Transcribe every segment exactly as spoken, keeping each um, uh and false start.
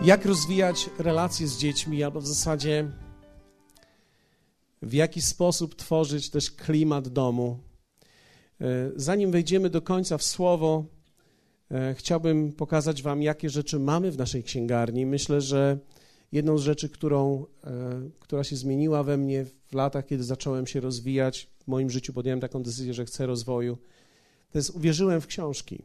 jak rozwijać relacje z dziećmi, albo w zasadzie w jaki sposób tworzyć też klimat domu. Zanim wejdziemy do końca w słowo, chciałbym pokazać wam, jakie rzeczy mamy w naszej księgarni. Myślę, że jedną z rzeczy, którą, która się zmieniła we mnie w latach, kiedy zacząłem się rozwijać, w moim życiu podjąłem taką decyzję, że chcę rozwoju, to jest uwierzyłem w książki.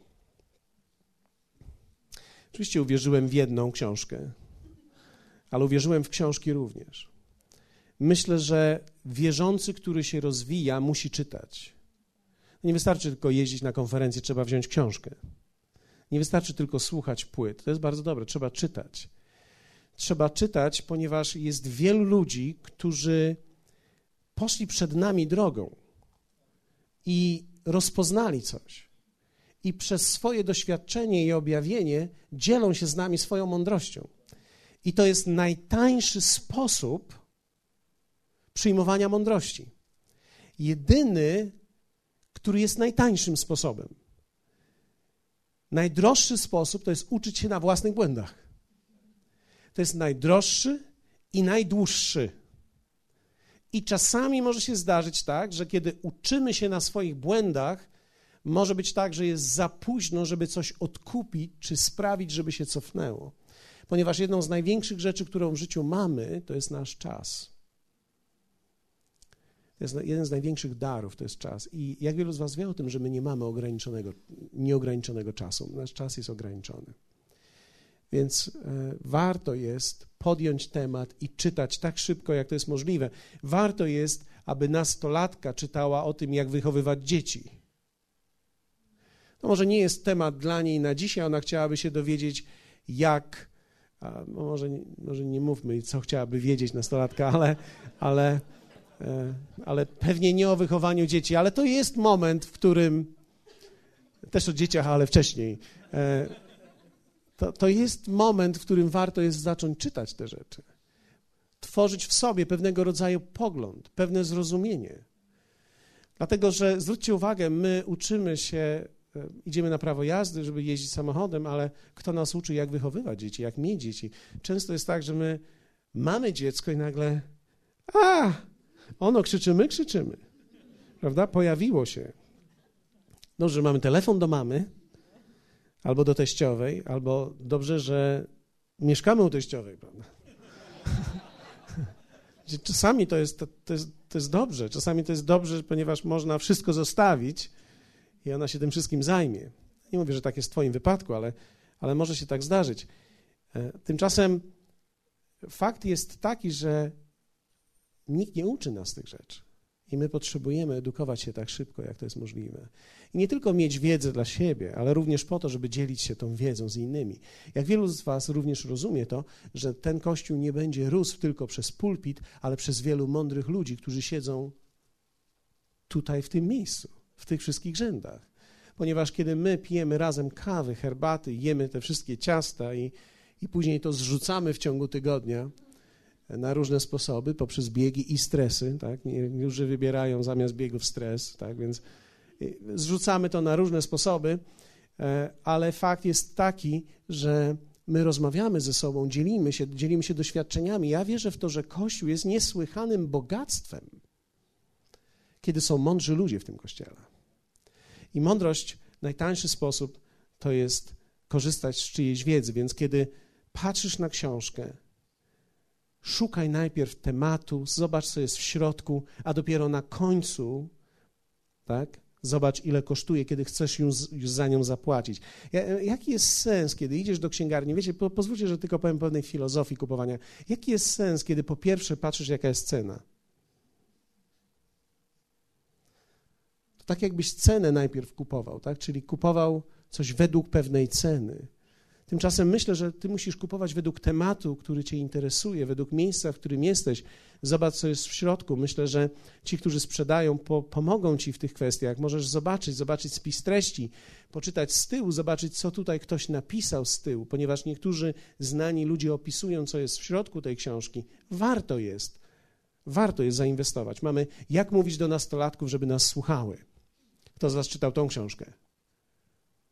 Oczywiście uwierzyłem w jedną książkę, ale uwierzyłem w książki również. Myślę, że wierzący, który się rozwija, musi czytać. Nie wystarczy tylko jeździć na konferencję, trzeba wziąć książkę. Nie wystarczy tylko słuchać płyt, to jest bardzo dobre, trzeba czytać. Trzeba czytać, ponieważ jest wielu ludzi, którzy poszli przed nami drogą i rozpoznali coś. I przez swoje doświadczenie i objawienie dzielą się z nami swoją mądrością. I to jest najtańszy sposób przyjmowania mądrości. Jedyny, który jest najtańszym sposobem. Najdroższy sposób to jest uczyć się na własnych błędach. To jest najdroższy i najdłuższy. I czasami może się zdarzyć tak, że kiedy uczymy się na swoich błędach, może być tak, że jest za późno, żeby coś odkupić, czy sprawić, żeby się cofnęło. Ponieważ jedną z największych rzeczy, którą w życiu mamy, to jest nasz czas. To jest jeden z największych darów, to jest czas. I jak wielu z was wie o tym, że my nie mamy ograniczonego, nieograniczonego czasu. Nasz czas jest ograniczony. Więc e, warto jest podjąć temat i czytać tak szybko, jak to jest możliwe. Warto jest, aby nastolatka czytała o tym, jak wychowywać dzieci. To może nie jest temat dla niej na dzisiaj, ona chciałaby się dowiedzieć, jak, a może, może nie mówmy, co chciałaby wiedzieć nastolatka, ale, ale, e, ale pewnie nie o wychowaniu dzieci, ale to jest moment, w którym, też o dzieciach, ale wcześniej, e, To, to jest moment, w którym warto jest zacząć czytać te rzeczy. Tworzyć w sobie pewnego rodzaju pogląd, pewne zrozumienie. Dlatego, że zwróćcie uwagę, my uczymy się, idziemy na prawo jazdy, żeby jeździć samochodem, ale kto nas uczy, jak wychowywać dzieci, jak mieć dzieci? Często jest tak, że my mamy dziecko i nagle, a, ono krzyczy, my krzyczymy. Prawda? Pojawiło się. Dobrze, że mamy telefon do mamy, albo do teściowej, albo dobrze, że mieszkamy u teściowej, prawda? Czasami to jest, to, jest, to jest dobrze, czasami to jest dobrze, ponieważ można wszystko zostawić i ona się tym wszystkim zajmie. Nie mówię, że tak jest w twoim wypadku, ale, ale może się tak zdarzyć. Tymczasem fakt jest taki, że nikt nie uczy nas tych rzeczy. I my potrzebujemy edukować się tak szybko, jak to jest możliwe. I nie tylko mieć wiedzę dla siebie, ale również po to, żeby dzielić się tą wiedzą z innymi. Jak wielu z was również rozumie to, że ten Kościół nie będzie rósł tylko przez pulpit, ale przez wielu mądrych ludzi, którzy siedzą tutaj w tym miejscu, w tych wszystkich rzędach. Ponieważ kiedy my pijemy razem kawy, herbaty, jemy te wszystkie ciasta i, i później to zrzucamy w ciągu tygodnia, na różne sposoby, poprzez biegi i stresy, tak? Niektórzy wybierają zamiast biegów stres, tak? Więc zrzucamy to na różne sposoby, ale fakt jest taki, że my rozmawiamy ze sobą, dzielimy się, dzielimy się doświadczeniami. Ja wierzę w to, że Kościół jest niesłychanym bogactwem, kiedy są mądrzy ludzie w tym Kościele. I mądrość, najtańszy sposób to jest korzystać z czyjejś wiedzy, więc kiedy patrzysz na książkę, szukaj najpierw tematu, zobacz, co jest w środku, a dopiero na końcu, tak, zobacz, ile kosztuje, kiedy chcesz już, już za nią zapłacić. Jaki jest sens, kiedy idziesz do księgarni? Wiecie, po, pozwólcie, że tylko powiem pewnej filozofii kupowania. Jaki jest sens, kiedy po pierwsze patrzysz, jaka jest cena? To tak jakbyś cenę najpierw kupował, tak? Czyli kupował coś według pewnej ceny. Tymczasem myślę, że ty musisz kupować według tematu, który cię interesuje, według miejsca, w którym jesteś. Zobacz, co jest w środku. Myślę, że ci, którzy sprzedają, po, pomogą ci w tych kwestiach. Możesz zobaczyć, zobaczyć spis treści, poczytać z tyłu, zobaczyć, co tutaj ktoś napisał z tyłu, ponieważ niektórzy znani ludzie opisują, co jest w środku tej książki. Warto jest, warto jest zainwestować. Mamy Jak mówić do nastolatków, żeby nas słuchały. Kto z was czytał tą książkę?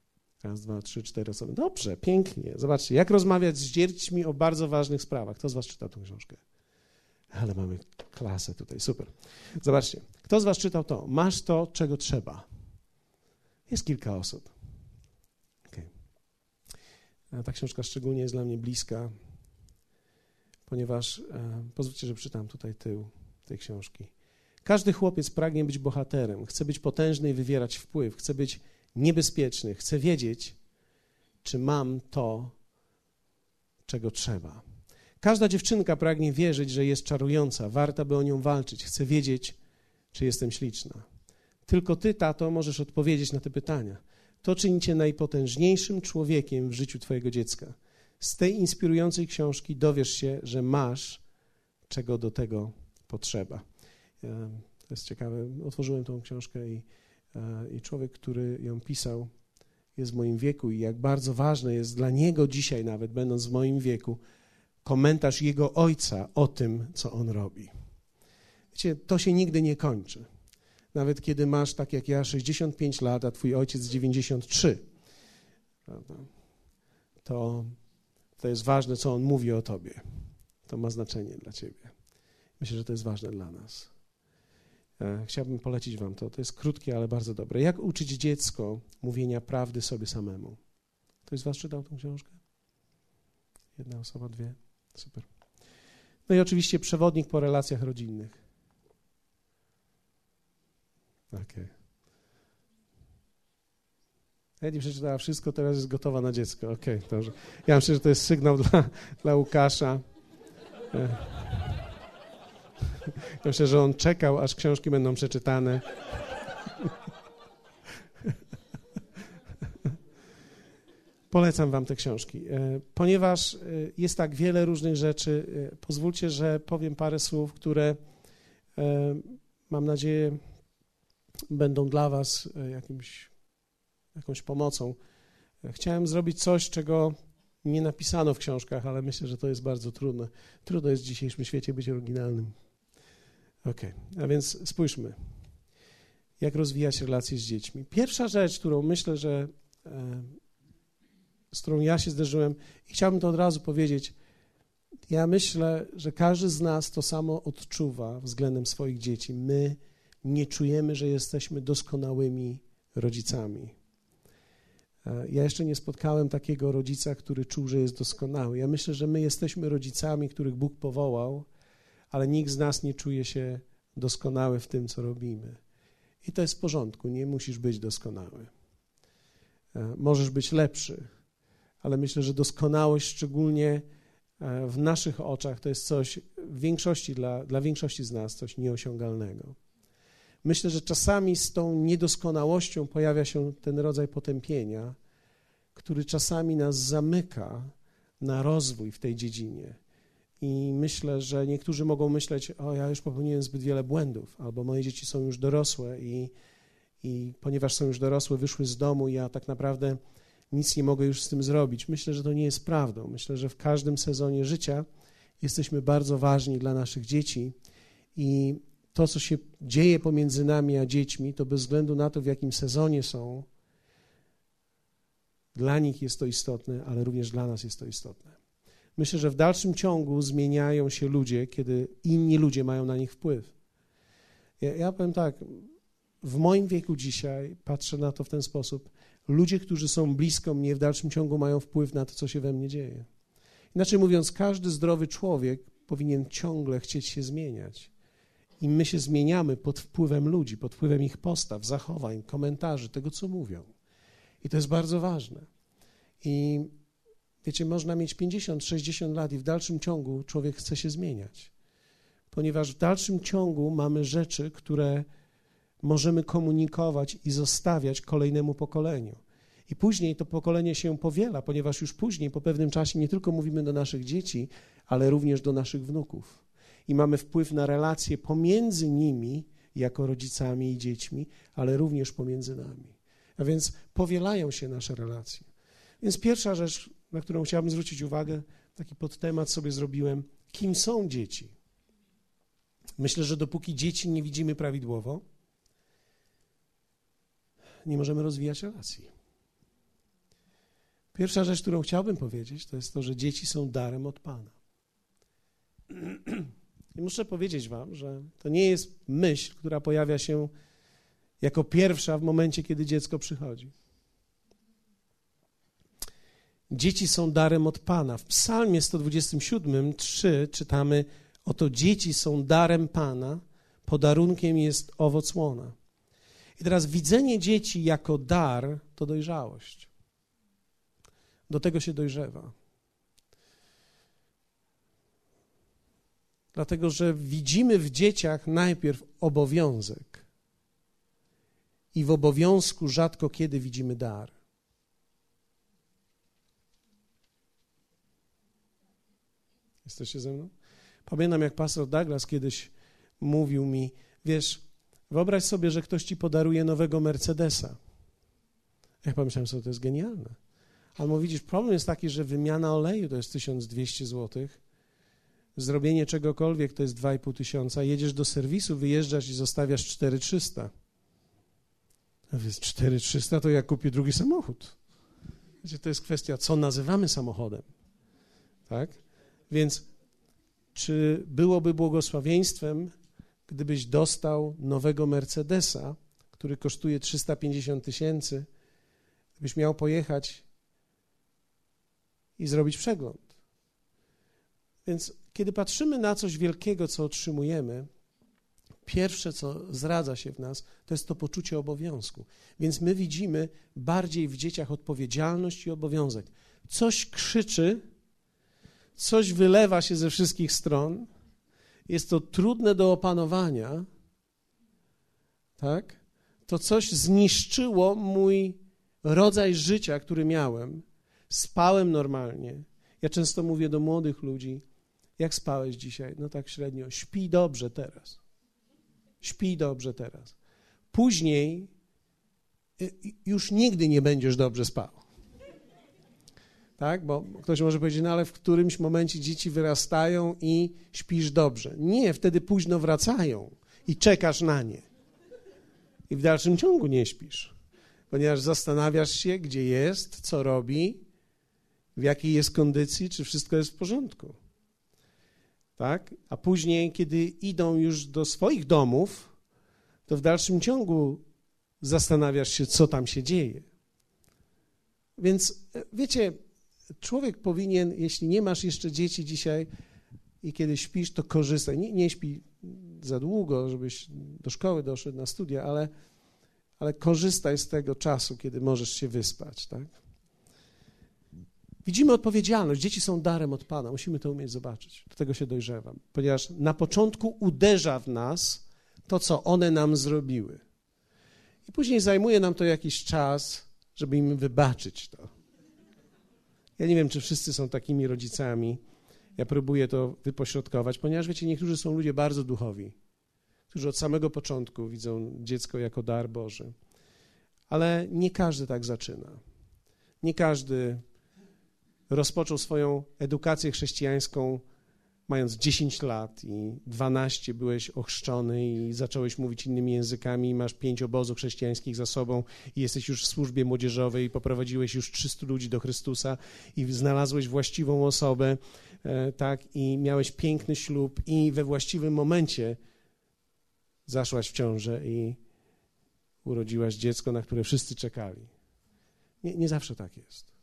Raz, dwa, trzy, cztery osoby. Dobrze, pięknie. Zobaczcie, jak rozmawiać z dziećmi o bardzo ważnych sprawach. Kto z was czytał tę książkę? Ale mamy klasę tutaj, super. Zobaczcie, kto z was czytał to? Masz to, czego trzeba. Jest kilka osób. Okay. Ta książka szczególnie jest dla mnie bliska, ponieważ, e, pozwólcie, że przeczytam tutaj tył tej książki. Każdy chłopiec pragnie być bohaterem, chce być potężny i wywierać wpływ, chce być niebezpieczny, chce wiedzieć, czy mam to, czego trzeba. Każda dziewczynka pragnie wierzyć, że jest czarująca, warta, by o nią walczyć, chce wiedzieć, czy jestem śliczna. Tylko ty, tato, możesz odpowiedzieć na te pytania. To czyni cię najpotężniejszym człowiekiem w życiu twojego dziecka. Z tej inspirującej książki dowiesz się, że masz, czego do tego potrzeba. To jest ciekawe. Otworzyłem tą książkę i, i człowiek, który ją pisał, jest w moim wieku i jak bardzo ważne jest dla niego dzisiaj nawet, będąc w moim wieku, komentarz jego ojca o tym, co on robi. Wiecie, to się nigdy nie kończy. Nawet kiedy masz, tak jak ja, sześćdziesiąt pięć lat, a twój ojciec dziewięćdziesiąt trzy, prawda? To, to jest ważne, co on mówi o tobie. To ma znaczenie dla ciebie. Myślę, że to jest ważne dla nas. Chciałbym polecić wam to. To jest krótkie, ale bardzo dobre. Jak uczyć dziecko mówienia prawdy sobie samemu? Ktoś z was czytał tę książkę? Jedna osoba, dwie? Super. No i oczywiście przewodnik po relacjach rodzinnych. Okej. Okay. Edi przeczytała wszystko, teraz jest gotowa na dziecko. Okej, okay, dobrze. Ja myślę, że to jest sygnał dla, dla Łukasza. Myślę, że on czekał, aż książki będą przeczytane. Polecam wam te książki, ponieważ jest tak wiele różnych rzeczy. Pozwólcie, że powiem parę słów, które mam nadzieję będą dla was jakimś, jakąś pomocą. Chciałem zrobić coś, czego nie napisano w książkach, ale myślę, że to jest bardzo trudne. Trudno jest w dzisiejszym świecie być oryginalnym. Okej, okay. A więc spójrzmy, jak rozwijać relacje z dziećmi. Pierwsza rzecz, którą myślę, że z którą ja się zderzyłem i chciałbym to od razu powiedzieć, ja myślę, że każdy z nas to samo odczuwa względem swoich dzieci. My nie czujemy, że jesteśmy doskonałymi rodzicami. Ja jeszcze nie spotkałem takiego rodzica, który czuł, że jest doskonały. Ja myślę, że my jesteśmy rodzicami, których Bóg powołał, ale nikt z nas nie czuje się doskonały w tym, co robimy. I to jest w porządku, nie musisz być doskonały. Możesz być lepszy, ale myślę, że doskonałość, szczególnie w naszych oczach, to jest coś w większości dla, dla większości z nas coś nieosiągalnego. Myślę, że czasami z tą niedoskonałością pojawia się ten rodzaj potępienia, który czasami nas zamyka na rozwój w tej dziedzinie. I myślę, że niektórzy mogą myśleć, o ja już popełniłem zbyt wiele błędów, albo moje dzieci są już dorosłe i, i ponieważ są już dorosłe, wyszły z domu, ja tak naprawdę nic nie mogę już z tym zrobić. Myślę, że to nie jest prawdą. Myślę, że w każdym sezonie życia jesteśmy bardzo ważni dla naszych dzieci i to, co się dzieje pomiędzy nami a dziećmi, to bez względu na to, w jakim sezonie są, dla nich jest to istotne, ale również dla nas jest to istotne. Myślę, że w dalszym ciągu zmieniają się ludzie, kiedy inni ludzie mają na nich wpływ. Ja, ja powiem tak, w moim wieku dzisiaj patrzę na to w ten sposób. Ludzie, którzy są blisko mnie, w dalszym ciągu mają wpływ na to, co się we mnie dzieje. Inaczej mówiąc, każdy zdrowy człowiek powinien ciągle chcieć się zmieniać. I my się zmieniamy pod wpływem ludzi, pod wpływem ich postaw, zachowań, komentarzy, tego, co mówią. I to jest bardzo ważne. I wiecie, można mieć pięćdziesiąt, sześćdziesiąt lat i w dalszym ciągu człowiek chce się zmieniać. Ponieważ w dalszym ciągu mamy rzeczy, które możemy komunikować i zostawiać kolejnemu pokoleniu. I później to pokolenie się powiela, ponieważ już później, po pewnym czasie, nie tylko mówimy do naszych dzieci, ale również do naszych wnuków. I mamy wpływ na relacje pomiędzy nimi, jako rodzicami i dziećmi, ale również pomiędzy nami. A więc powielają się nasze relacje. Więc pierwsza rzecz, na którą chciałbym zwrócić uwagę, taki podtemat sobie zrobiłem, kim są dzieci. Myślę, że dopóki dzieci nie widzimy prawidłowo, nie możemy rozwijać relacji. Pierwsza rzecz, którą chciałbym powiedzieć, to jest to, że dzieci są darem od Pana. I muszę powiedzieć wam, że to nie jest myśl, która pojawia się jako pierwsza w momencie, kiedy dziecko przychodzi. Dzieci są darem od Pana. W Psalmie sto dwudziestym siódmym, trzy czytamy: oto dzieci są darem Pana, podarunkiem jest owoc łona. I teraz widzenie dzieci jako dar to dojrzałość. Do tego się dojrzewa. Dlatego, że widzimy w dzieciach najpierw obowiązek i w obowiązku rzadko kiedy widzimy dar. Jesteście ze mną? Pamiętam, jak pastor Douglas kiedyś mówił mi, wiesz, wyobraź sobie, że ktoś ci podaruje nowego Mercedesa. Ja pomyślałem sobie, to jest genialne. Ale mówi, widzisz, problem jest taki, że wymiana oleju to jest tysiąc dwieście złotych, zrobienie czegokolwiek to jest dwa i pół tysiąca, jedziesz do serwisu, wyjeżdżasz i zostawiasz cztery tysiące trzysta. A więc cztery tysiące trzysta to ja kupię drugi samochód. Wiecie, to jest kwestia, co nazywamy samochodem. Tak? Więc czy byłoby błogosławieństwem, gdybyś dostał nowego Mercedesa, który kosztuje trzysta pięćdziesiąt tysięcy, gdybyś miał pojechać i zrobić przegląd. Więc kiedy patrzymy na coś wielkiego, co otrzymujemy, pierwsze, co zradza się w nas, to jest to poczucie obowiązku. Więc my widzimy bardziej w dzieciach odpowiedzialność i obowiązek. Coś krzyczy, coś wylewa się ze wszystkich stron, jest to trudne do opanowania, tak? To coś zniszczyło mój rodzaj życia, który miałem. Spałem normalnie. Ja często mówię do młodych ludzi, jak spałeś dzisiaj? No tak średnio. Śpij dobrze teraz. Śpij dobrze teraz. Później już nigdy nie będziesz dobrze spał. Tak? Bo ktoś może powiedzieć, no ale w którymś momencie dzieci wyrastają i śpisz dobrze. Nie, wtedy późno wracają i czekasz na nie. I w dalszym ciągu nie śpisz, ponieważ zastanawiasz się, gdzie jest, co robi, w jakiej jest kondycji, czy wszystko jest w porządku. Tak? A później, kiedy idą już do swoich domów, to w dalszym ciągu zastanawiasz się, co tam się dzieje. Więc wiecie, człowiek powinien, jeśli nie masz jeszcze dzieci dzisiaj i kiedy śpisz, to korzystaj. Nie, nie śpi za długo, żebyś do szkoły doszedł na studia, ale, ale korzystaj z tego czasu, kiedy możesz się wyspać. Tak? Widzimy odpowiedzialność. Dzieci są darem od Pana. Musimy to umieć zobaczyć. Do tego się dojrzewam. Ponieważ na początku uderza w nas to, co one nam zrobiły. I później zajmuje nam to jakiś czas, żeby im wybaczyć to. Ja nie wiem, czy wszyscy są takimi rodzicami. Ja próbuję to wypośrodkować, ponieważ, wiecie, niektórzy są ludzie bardzo duchowi, którzy od samego początku widzą dziecko jako dar Boży. Ale nie każdy tak zaczyna. Nie każdy rozpoczął swoją edukację chrześcijańską mając dziesięć lat i dwanaście byłeś ochrzczony i zacząłeś mówić innymi językami i masz pięć obozów chrześcijańskich za sobą i jesteś już w służbie młodzieżowej i poprowadziłeś już trzystu ludzi do Chrystusa i znalazłeś właściwą osobę, tak, i miałeś piękny ślub i we właściwym momencie zaszłaś w ciążę i urodziłaś dziecko, na które wszyscy czekali. Nie, nie zawsze tak jest.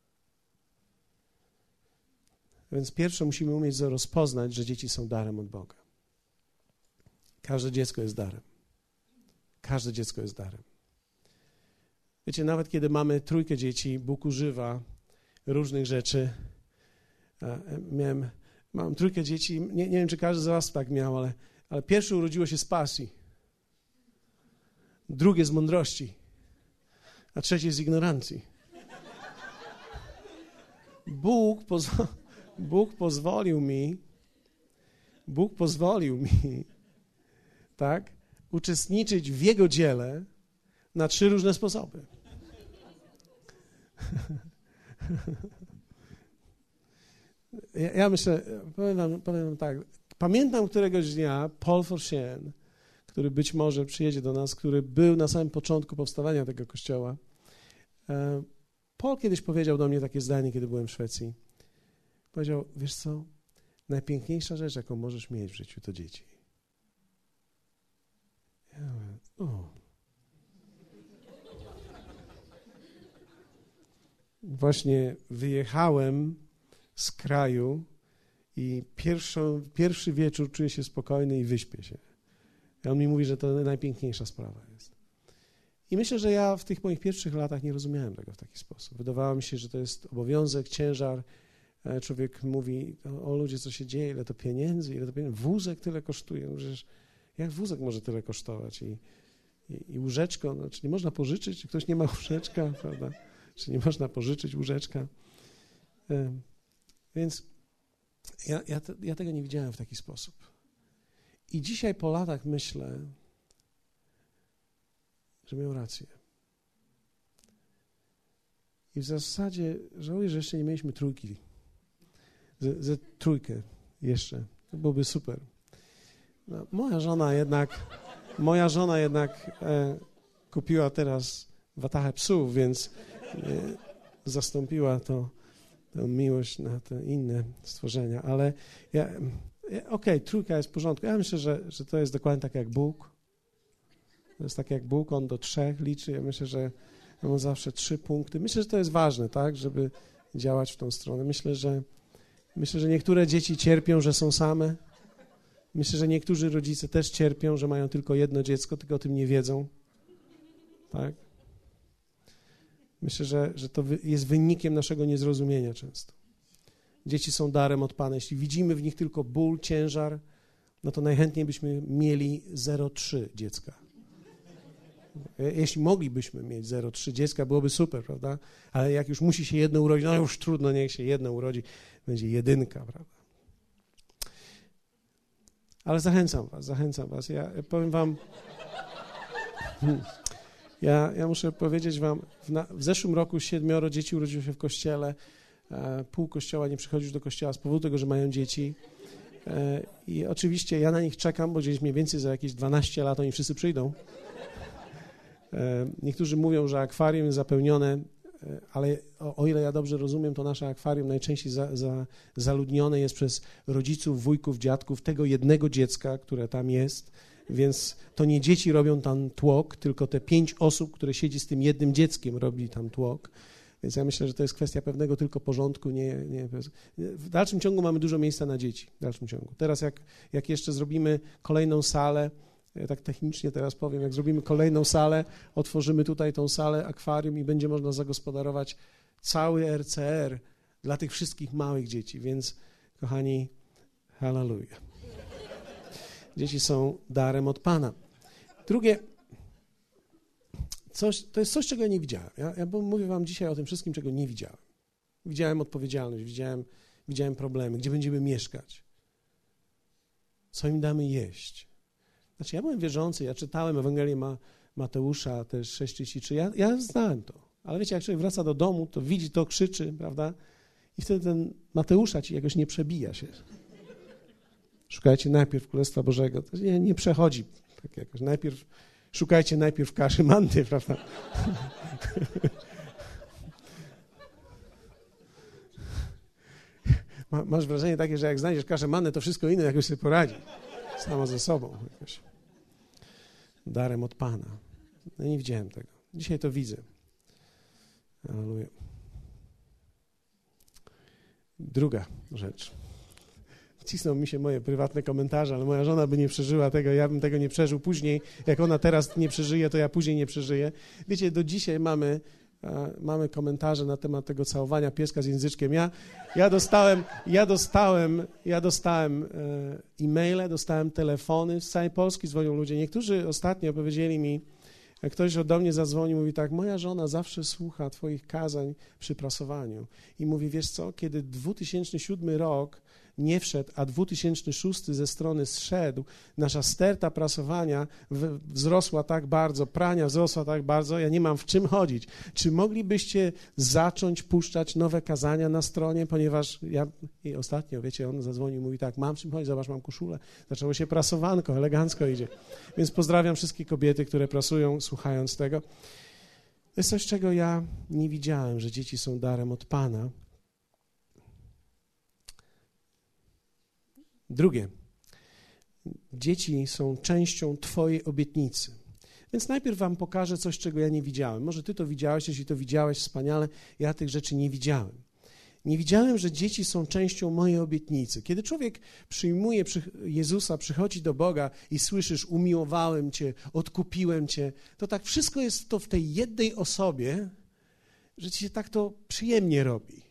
Więc pierwsze musimy umieć rozpoznać, że dzieci są darem od Boga. Każde dziecko jest darem. Każde dziecko jest darem. Wiecie, nawet kiedy mamy trójkę dzieci, Bóg używa różnych rzeczy. Miałem, mam trójkę dzieci, nie, nie wiem, czy każdy z was tak miał, ale, ale pierwsze urodziło się z pasji, drugie z mądrości, a trzecie z ignorancji. Bóg pozwolił, Bóg pozwolił mi, Bóg pozwolił mi, tak, uczestniczyć w Jego dziele na trzy różne sposoby. Ja, ja myślę, powiem wam, powiem wam tak, pamiętam któregoś dnia Paul Forsien, który być może przyjedzie do nas, który był na samym początku powstawania tego kościoła, Paul kiedyś powiedział do mnie takie zdanie, kiedy byłem w Szwecji. Powiedział, wiesz co, najpiękniejsza rzecz, jaką możesz mieć w życiu, to dzieci. Ja mówię, o. Właśnie wyjechałem z kraju i pierwszą, pierwszy wieczór czuję się spokojny i wyśpię się. I on mi mówi, że to najpiękniejsza sprawa jest. I myślę, że ja w tych moich pierwszych latach nie rozumiałem tego w taki sposób. Wydawało mi się, że to jest obowiązek, ciężar. Człowiek mówi, o ludzie, co się dzieje, ile to pieniędzy, ile to pieniędzy. Wózek tyle kosztuje. No przecież jak wózek może tyle kosztować? I, i, i łóżeczko, no, czy nie można pożyczyć? Czy ktoś nie ma łóżeczka, prawda? Czy nie można pożyczyć łóżeczka? Więc ja, ja, te, ja tego nie widziałem w taki sposób. I dzisiaj po latach myślę, że miał rację. I w zasadzie żałuję, że jeszcze nie mieliśmy trójki. Ze, ze trójkę jeszcze. To byłoby super. No, moja żona jednak, moja żona jednak e, kupiła teraz watachę psów, więc e, zastąpiła to, tę miłość na te inne stworzenia. Ale ja, ja, okej, okay, trójka jest w porządku. Ja myślę, że, że to jest dokładnie tak jak Bóg. To jest tak jak Bóg, On do trzech liczy. Ja myślę, że mam zawsze trzy punkty. Myślę, że to jest ważne, tak, żeby działać w tą stronę. Myślę, że myślę, że niektóre dzieci cierpią, że są same. Myślę, że niektórzy rodzice też cierpią, że mają tylko jedno dziecko, tylko o tym nie wiedzą. Tak? Myślę, że, że to jest wynikiem naszego niezrozumienia często. Dzieci są darem od Pana. Jeśli widzimy w nich tylko ból, ciężar, no to najchętniej byśmy mieli zero przecinek trzy dziecka. Jeśli moglibyśmy mieć zero przecinek trzy dziecka, byłoby super, prawda? Ale jak już musi się jedno urodzić, no już trudno, niech się jedno urodzi, będzie jedynka, prawda? Ale zachęcam was, zachęcam was. Ja powiem wam, ja, ja muszę powiedzieć wam, w, na, w zeszłym roku siedmioro dzieci urodziło się w kościele, e, pół kościoła nie przychodzi już do kościoła z powodu tego, że mają dzieci. E, I oczywiście ja na nich czekam, bo gdzieś mniej więcej za jakieś dwanaście lat oni wszyscy przyjdą. Niektórzy mówią, że akwarium jest zapełnione, ale o, o ile ja dobrze rozumiem, to nasze akwarium najczęściej za, za, zaludnione jest przez rodziców, wujków, dziadków, tego jednego dziecka, które tam jest, więc to nie dzieci robią tam tłok, tylko te pięć osób, które siedzi z tym jednym dzieckiem, robi tam tłok. Więc ja myślę, że to jest kwestia pewnego tylko porządku. Nie, nie, w dalszym ciągu mamy dużo miejsca na dzieci, w dalszym ciągu. Teraz jak, jak jeszcze zrobimy kolejną salę, ja tak technicznie teraz powiem, jak zrobimy kolejną salę, otworzymy tutaj tą salę, akwarium i będzie można zagospodarować cały R C R dla tych wszystkich małych dzieci, więc kochani, hallelujah. Dzieci są darem od Pana. Drugie, coś, to jest coś, czego ja nie widziałem. Ja, ja mówię wam dzisiaj o tym wszystkim, czego nie widziałem. Widziałem odpowiedzialność, widziałem, widziałem problemy, gdzie będziemy mieszkać, co im damy jeść. Znaczy, ja byłem wierzący, ja czytałem Ewangelię Ma, Mateusza, też sześć trzydzieści trzy, ja, ja znałem to, ale wiecie, jak człowiek wraca do domu, to widzi to, krzyczy, prawda, i wtedy ten Mateusza ci jakoś nie przebija się. Szukajcie najpierw Królestwa Bożego, to nie, nie przechodzi tak jakoś, najpierw, szukajcie najpierw kaszy manny, prawda. Masz wrażenie takie, że jak znajdziesz kaszę mannę, to wszystko inne jakoś sobie poradzi. Samo ze sobą jakoś. Darem od Pana. No nie widziałem tego. Dzisiaj to widzę. Alleluja. Druga rzecz. Wcisną mi się moje prywatne komentarze, ale moja żona by nie przeżyła tego, ja bym tego nie przeżył później. Jak ona teraz nie przeżyje, to ja później nie przeżyję. Wiecie, do dzisiaj mamy Mamy komentarze na temat tego całowania pieska z języczkiem. Ja, ja dostałem, ja dostałem, ja dostałem e-maile, dostałem telefony, z całej Polski dzwonią ludzie. Niektórzy ostatnio powiedzieli mi, ktoś do mnie zadzwonił, mówi tak, moja żona zawsze słucha twoich kazań przy prasowaniu. I mówi, wiesz co, kiedy dwa tysiące siódmy rok nie wszedł, a dwa tysiące szósty ze strony zszedł, nasza sterta prasowania wzrosła tak bardzo, prania wzrosła tak bardzo, ja nie mam w czym chodzić. Czy moglibyście zacząć puszczać nowe kazania na stronie, ponieważ ja, i ostatnio, wiecie, on zadzwonił, mówi tak, mam w czym chodzić, zobacz, mam koszulę. Zaczęło się prasowanko, elegancko idzie. Więc pozdrawiam wszystkie kobiety, które prasują, słuchając tego. To jest coś, czego ja nie widziałem, że dzieci są darem od Pana. Drugie. Dzieci są częścią Twojej obietnicy. Więc najpierw wam pokażę coś, czego ja nie widziałem. Może ty to widziałeś, jeśli to widziałeś, wspaniale. Ja tych rzeczy nie widziałem. Nie widziałem, że dzieci są częścią mojej obietnicy. Kiedy człowiek przyjmuje Jezusa, przychodzi do Boga i słyszysz, umiłowałem Cię, odkupiłem Cię, to tak wszystko jest to w tej jednej osobie, że ci się tak to przyjemnie robi.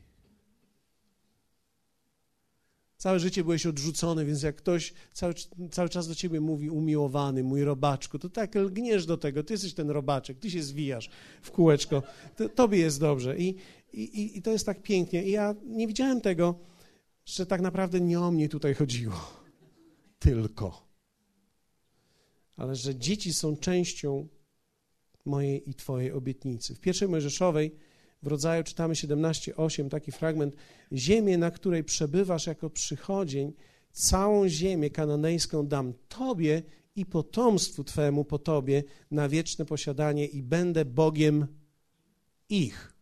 Całe życie byłeś odrzucony, więc jak ktoś cały, cały czas do ciebie mówi umiłowany, mój robaczku, to tak lgniesz do tego, ty jesteś ten robaczek, ty się zwijasz w kółeczko, to, tobie jest dobrze i, i, i to jest tak pięknie. I ja nie widziałem tego, że tak naprawdę nie o mnie tutaj chodziło, tylko, ale że dzieci są częścią mojej i twojej obietnicy. W pierwszej Mojżeszowej w Rodzaju czytamy siedemnaście osiem, taki fragment. Ziemię, na której przebywasz jako przychodzień, całą ziemię kananejską dam Tobie i potomstwu Twemu po Tobie na wieczne posiadanie i będę Bogiem ich.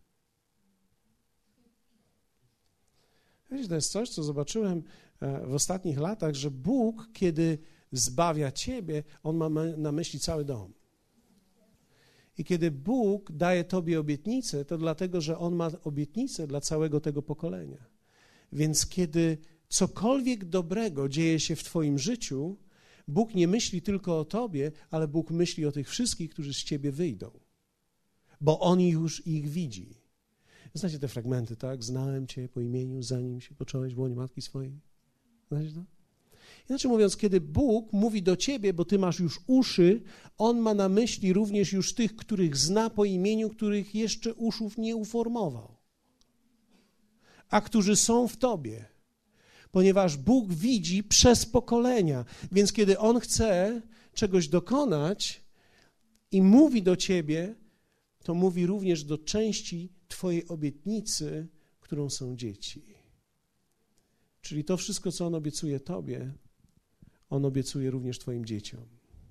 Wiecie, to jest coś, co zobaczyłem w ostatnich latach, że Bóg, kiedy zbawia Ciebie, On ma na myśli cały dom. I kiedy Bóg daje Tobie obietnicę, to dlatego, że On ma obietnicę dla całego tego pokolenia. Więc kiedy cokolwiek dobrego dzieje się w Twoim życiu, Bóg nie myśli tylko o Tobie, ale Bóg myśli o tych wszystkich, którzy z Ciebie wyjdą. Bo On już ich widzi. Znacie te fragmenty, tak? Znałem Cię po imieniu, zanim się począłeś w łonie matki swojej. Znacie to? Inaczej mówiąc, kiedy Bóg mówi do ciebie, bo ty masz już uszy, On ma na myśli również już tych, których zna po imieniu, których jeszcze uszów nie uformował, a którzy są w tobie, ponieważ Bóg widzi przez pokolenia, więc kiedy On chce czegoś dokonać i mówi do ciebie, to mówi również do części twojej obietnicy, którą są dzieci. Czyli to wszystko, co On obiecuje tobie, On obiecuje również twoim dzieciom.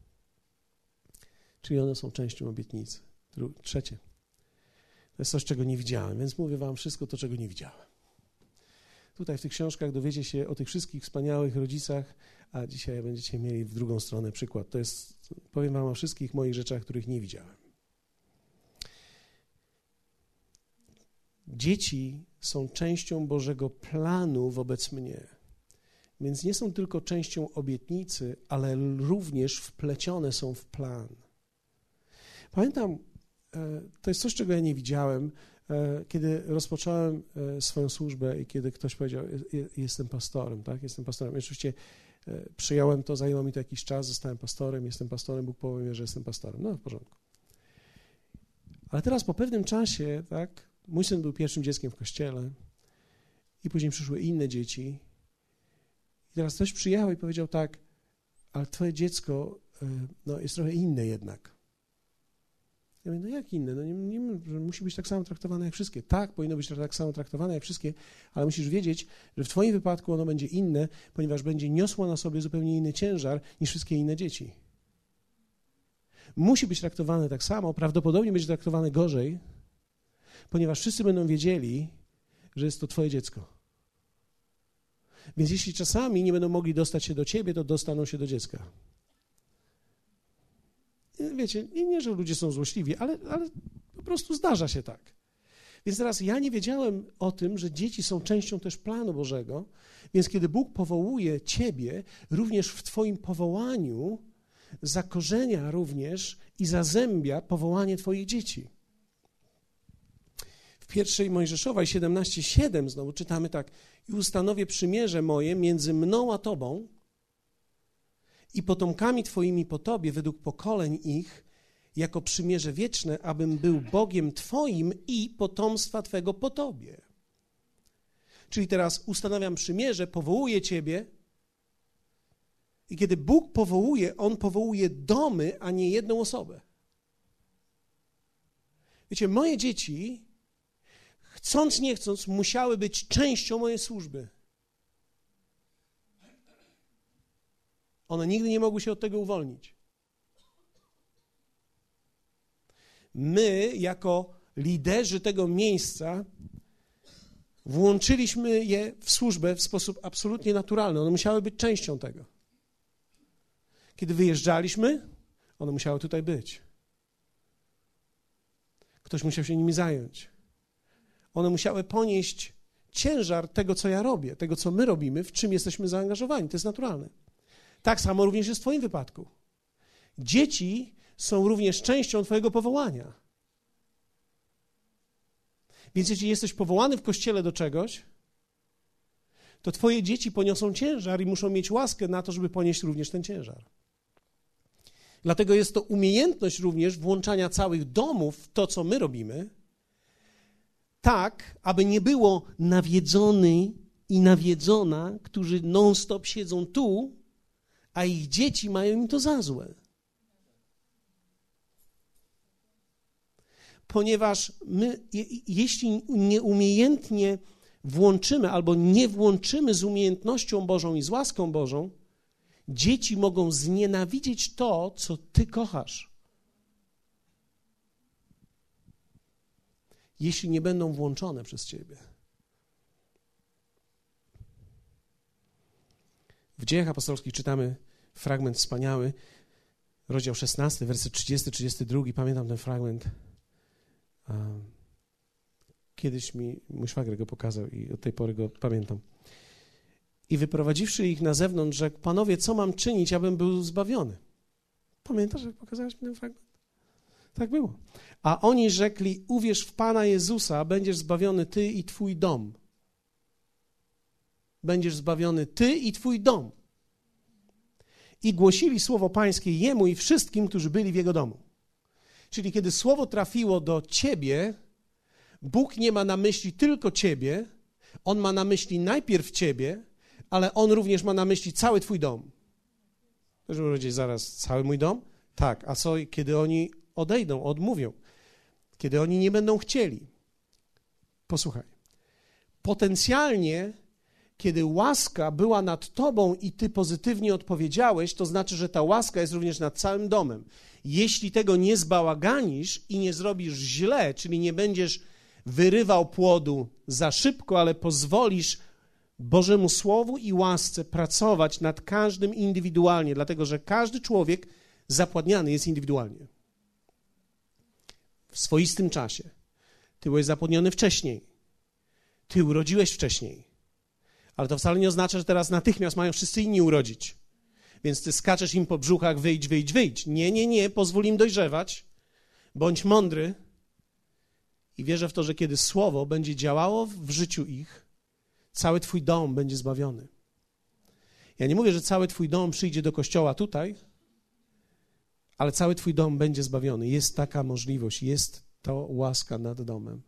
Czyli one są częścią obietnicy. Trzecie. To jest coś, czego nie widziałem, więc mówię wam wszystko to, czego nie widziałem. Tutaj w tych książkach dowiecie się o tych wszystkich wspaniałych rodzicach, a dzisiaj będziecie mieli w drugą stronę przykład. To jest, powiem wam o wszystkich moich rzeczach, których nie widziałem. Dzieci są częścią Bożego planu wobec mnie. Więc nie są tylko częścią obietnicy, ale również wplecione są w plan. Pamiętam, to jest coś, czego ja nie widziałem, kiedy rozpocząłem swoją służbę i kiedy ktoś powiedział, jestem pastorem, tak, jestem pastorem. I oczywiście przyjąłem to, zajęło mi to jakiś czas, zostałem pastorem, jestem pastorem, Bóg powie, że jestem pastorem. No, w porządku. Ale teraz po pewnym czasie, tak, mój syn był pierwszym dzieckiem w kościele i później przyszły inne dzieci. I teraz ktoś przyjechał i powiedział tak, ale twoje dziecko no, jest trochę inne jednak. Ja mówię, no jak inne? No nie, nie, musi być tak samo traktowane jak wszystkie. Tak, powinno być tak samo traktowane jak wszystkie, ale musisz wiedzieć, że w twoim wypadku ono będzie inne, ponieważ będzie niosło na sobie zupełnie inny ciężar niż wszystkie inne dzieci. Musi być traktowane tak samo, prawdopodobnie będzie traktowane gorzej, ponieważ wszyscy będą wiedzieli, że jest to twoje dziecko. Więc jeśli czasami nie będą mogli dostać się do ciebie, to dostaną się do dziecka. Wiecie, nie, że ludzie są złośliwi, ale, ale po prostu zdarza się tak. Więc teraz ja nie wiedziałem o tym, że dzieci są częścią też planu Bożego, więc kiedy Bóg powołuje ciebie, również w twoim powołaniu zakorzenia również i zazębia powołanie twoich dzieci. W pierwszej Mojżeszowej siedemnaście siedem znowu czytamy tak: i ustanowię przymierze moje między mną a tobą i potomkami twoimi po tobie według pokoleń ich jako przymierze wieczne, abym był Bogiem twoim i potomstwa twego po tobie. Czyli teraz ustanawiam przymierze, powołuję ciebie i kiedy Bóg powołuje, On powołuje domy, a nie jedną osobę. Wiecie, moje dzieci, chcąc nie chcąc, musiały być częścią mojej służby. One nigdy nie mogły się od tego uwolnić. my jako liderzy tego miejsca włączyliśmy je w służbę w sposób absolutnie naturalny. One musiały być częścią tego. Kiedy wyjeżdżaliśmy, one musiały tutaj być. Ktoś musiał się nimi zająć. One musiały ponieść ciężar tego, co ja robię, tego, co my robimy, w czym jesteśmy zaangażowani. To jest naturalne. Tak samo również jest w twoim wypadku. Dzieci są również częścią twojego powołania. Więc jeśli jesteś powołany w Kościele do czegoś, to twoje dzieci poniosą ciężar i muszą mieć łaskę na to, żeby ponieść również ten ciężar. Dlatego jest to umiejętność również włączania całych domów w to, co my robimy, tak, aby nie było nawiedzony i nawiedzona, którzy non-stop siedzą tu, a ich dzieci mają im to za złe. Ponieważ my, je, jeśli nieumiejętnie włączymy albo nie włączymy z umiejętnością Bożą i z łaską Bożą, dzieci mogą znienawidzieć to, co ty kochasz. Jeśli nie będą włączone przez ciebie. W Dziejach Apostolskich czytamy fragment wspaniały, rozdział szesnasty, werset trzydziesty trzydziesty dwa. Pamiętam ten fragment. Kiedyś mi mój szwagier go pokazał i od tej pory go pamiętam. I wyprowadziwszy ich na zewnątrz, rzekł: Panowie, co mam czynić, abym był zbawiony? Pamiętasz, jak pokazałeś mi ten fragment? Tak było. A oni rzekli: uwierz w Pana Jezusa, będziesz zbawiony ty i twój dom. Będziesz zbawiony ty i twój dom. I głosili słowo Pańskie jemu i wszystkim, którzy byli w jego domu. Czyli kiedy słowo trafiło do ciebie, Bóg nie ma na myśli tylko ciebie, On ma na myśli najpierw ciebie, ale On również ma na myśli cały twój dom. Ktoś może powiedzieć zaraz: cały mój dom? Tak, a co kiedy oni odejdą, odmówią? Kiedy oni nie będą chcieli? Posłuchaj. Potencjalnie, kiedy łaska była nad tobą i ty pozytywnie odpowiedziałeś, to znaczy, że ta łaska jest również nad całym domem. Jeśli tego nie zbałaganisz i nie zrobisz źle, czyli nie będziesz wyrywał płodu za szybko, ale pozwolisz Bożemu Słowu i łasce pracować nad każdym indywidualnie, dlatego że każdy człowiek zapładniany jest indywidualnie. W swoistym czasie. Ty byłeś zapłodniony wcześniej. Ty urodziłeś wcześniej. Ale to wcale nie oznacza, że teraz natychmiast mają wszyscy inni urodzić. Więc ty skaczesz im po brzuchach: wyjdź, wyjdź, wyjdź. Nie, nie, nie, pozwól im dojrzewać. Bądź mądry. I wierzę w to, że kiedy Słowo będzie działało w życiu ich, cały twój dom będzie zbawiony. Ja nie mówię, że cały twój dom przyjdzie do kościoła tutaj, ale cały twój dom będzie zbawiony. Jest taka możliwość, jest to łaska nad domem.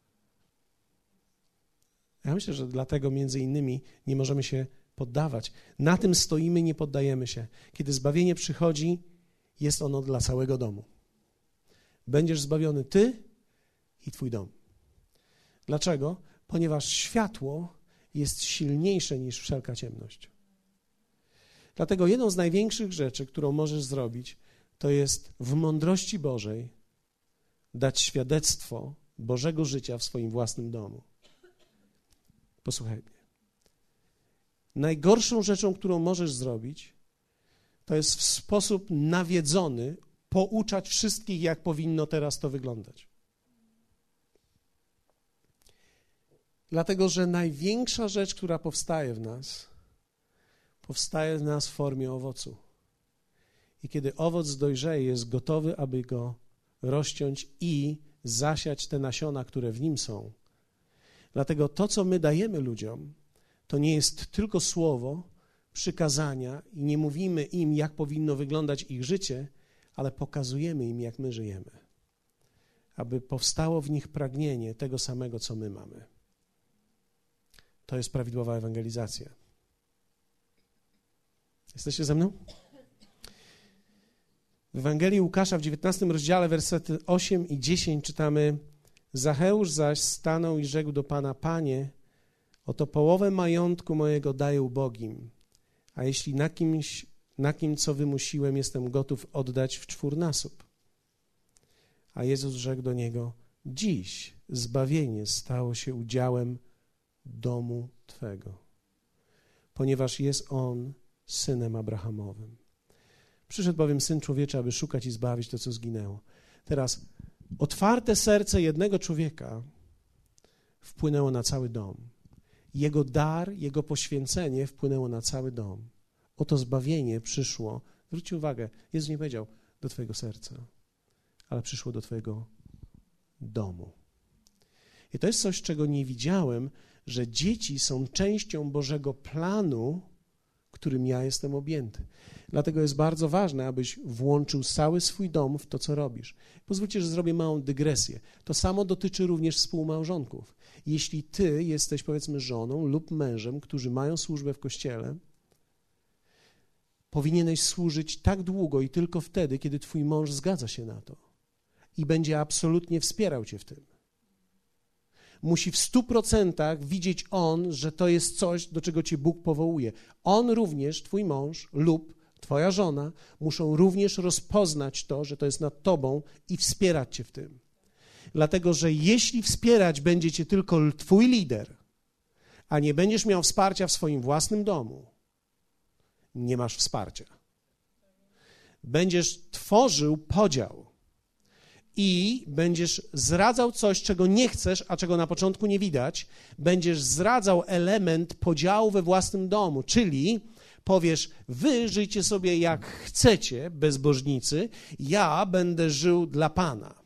Ja myślę, że dlatego między innymi nie możemy się poddawać. Na tym stoimy, nie poddajemy się. Kiedy zbawienie przychodzi, jest ono dla całego domu. Będziesz zbawiony ty i twój dom. Dlaczego? Ponieważ światło jest silniejsze niż wszelka ciemność. Dlatego jedną z największych rzeczy, którą możesz zrobić, to jest w mądrości Bożej dać świadectwo Bożego życia w swoim własnym domu. Posłuchaj mnie. Najgorszą rzeczą, którą możesz zrobić, to jest w sposób nawiedzony pouczać wszystkich, jak powinno teraz to wyglądać. Dlatego, że największa rzecz, która powstaje w nas, powstaje w nas w formie owocu. I kiedy owoc dojrzeje, jest gotowy, aby go rozciąć i zasiać te nasiona, które w nim są. Dlatego to, co my dajemy ludziom, to nie jest tylko słowo, przykazania i nie mówimy im, jak powinno wyglądać ich życie, ale pokazujemy im, jak my żyjemy. Aby powstało w nich pragnienie tego samego, co my mamy. To jest prawidłowa ewangelizacja. Jesteście ze mną? W Ewangelii Łukasza w dziewiętnastym rozdziale, wersety osiem i dziesięć czytamy: Zacheusz zaś stanął i rzekł do Pana: Panie, oto połowę majątku mojego daję ubogim, a jeśli na kimś, na kim co wymusiłem, jestem gotów oddać w czwórnasób. A Jezus rzekł do niego: dziś zbawienie stało się udziałem domu Twego, ponieważ jest on synem Abrahamowym. Przyszedł bowiem Syn Człowieczy, aby szukać i zbawić to, co zginęło. Teraz otwarte serce jednego człowieka wpłynęło na cały dom. Jego dar, jego poświęcenie wpłynęło na cały dom. Oto zbawienie przyszło, zwróćcie uwagę, Jezus nie powiedział do twojego serca, ale przyszło do twojego domu. I to jest coś, czego nie widziałem, że dzieci są częścią Bożego planu, którym ja jestem objęty. Dlatego jest bardzo ważne, abyś włączył cały swój dom w to, co robisz. Pozwólcie, że zrobię małą dygresję. To samo dotyczy również współmałżonków. Jeśli ty jesteś, powiedzmy, żoną lub mężem, którzy mają służbę w kościele, powinieneś służyć tak długo i tylko wtedy, kiedy twój mąż zgadza się na to i będzie absolutnie wspierał cię w tym. Musi w stu procentach widzieć on, że to jest coś, do czego cię Bóg powołuje. On również, twój mąż lub twoja żona, muszą również rozpoznać to, że to jest nad tobą i wspierać cię w tym. Dlatego, że jeśli wspierać będzie cię tylko twój lider, a nie będziesz miał wsparcia w swoim własnym domu, nie masz wsparcia. Będziesz tworzył podział i będziesz zradzał coś, czego nie chcesz, a czego na początku nie widać. Będziesz zradzał element podziału we własnym domu, czyli powiesz, wy żyjcie sobie jak chcecie, bezbożnicy, ja będę żył dla Pana.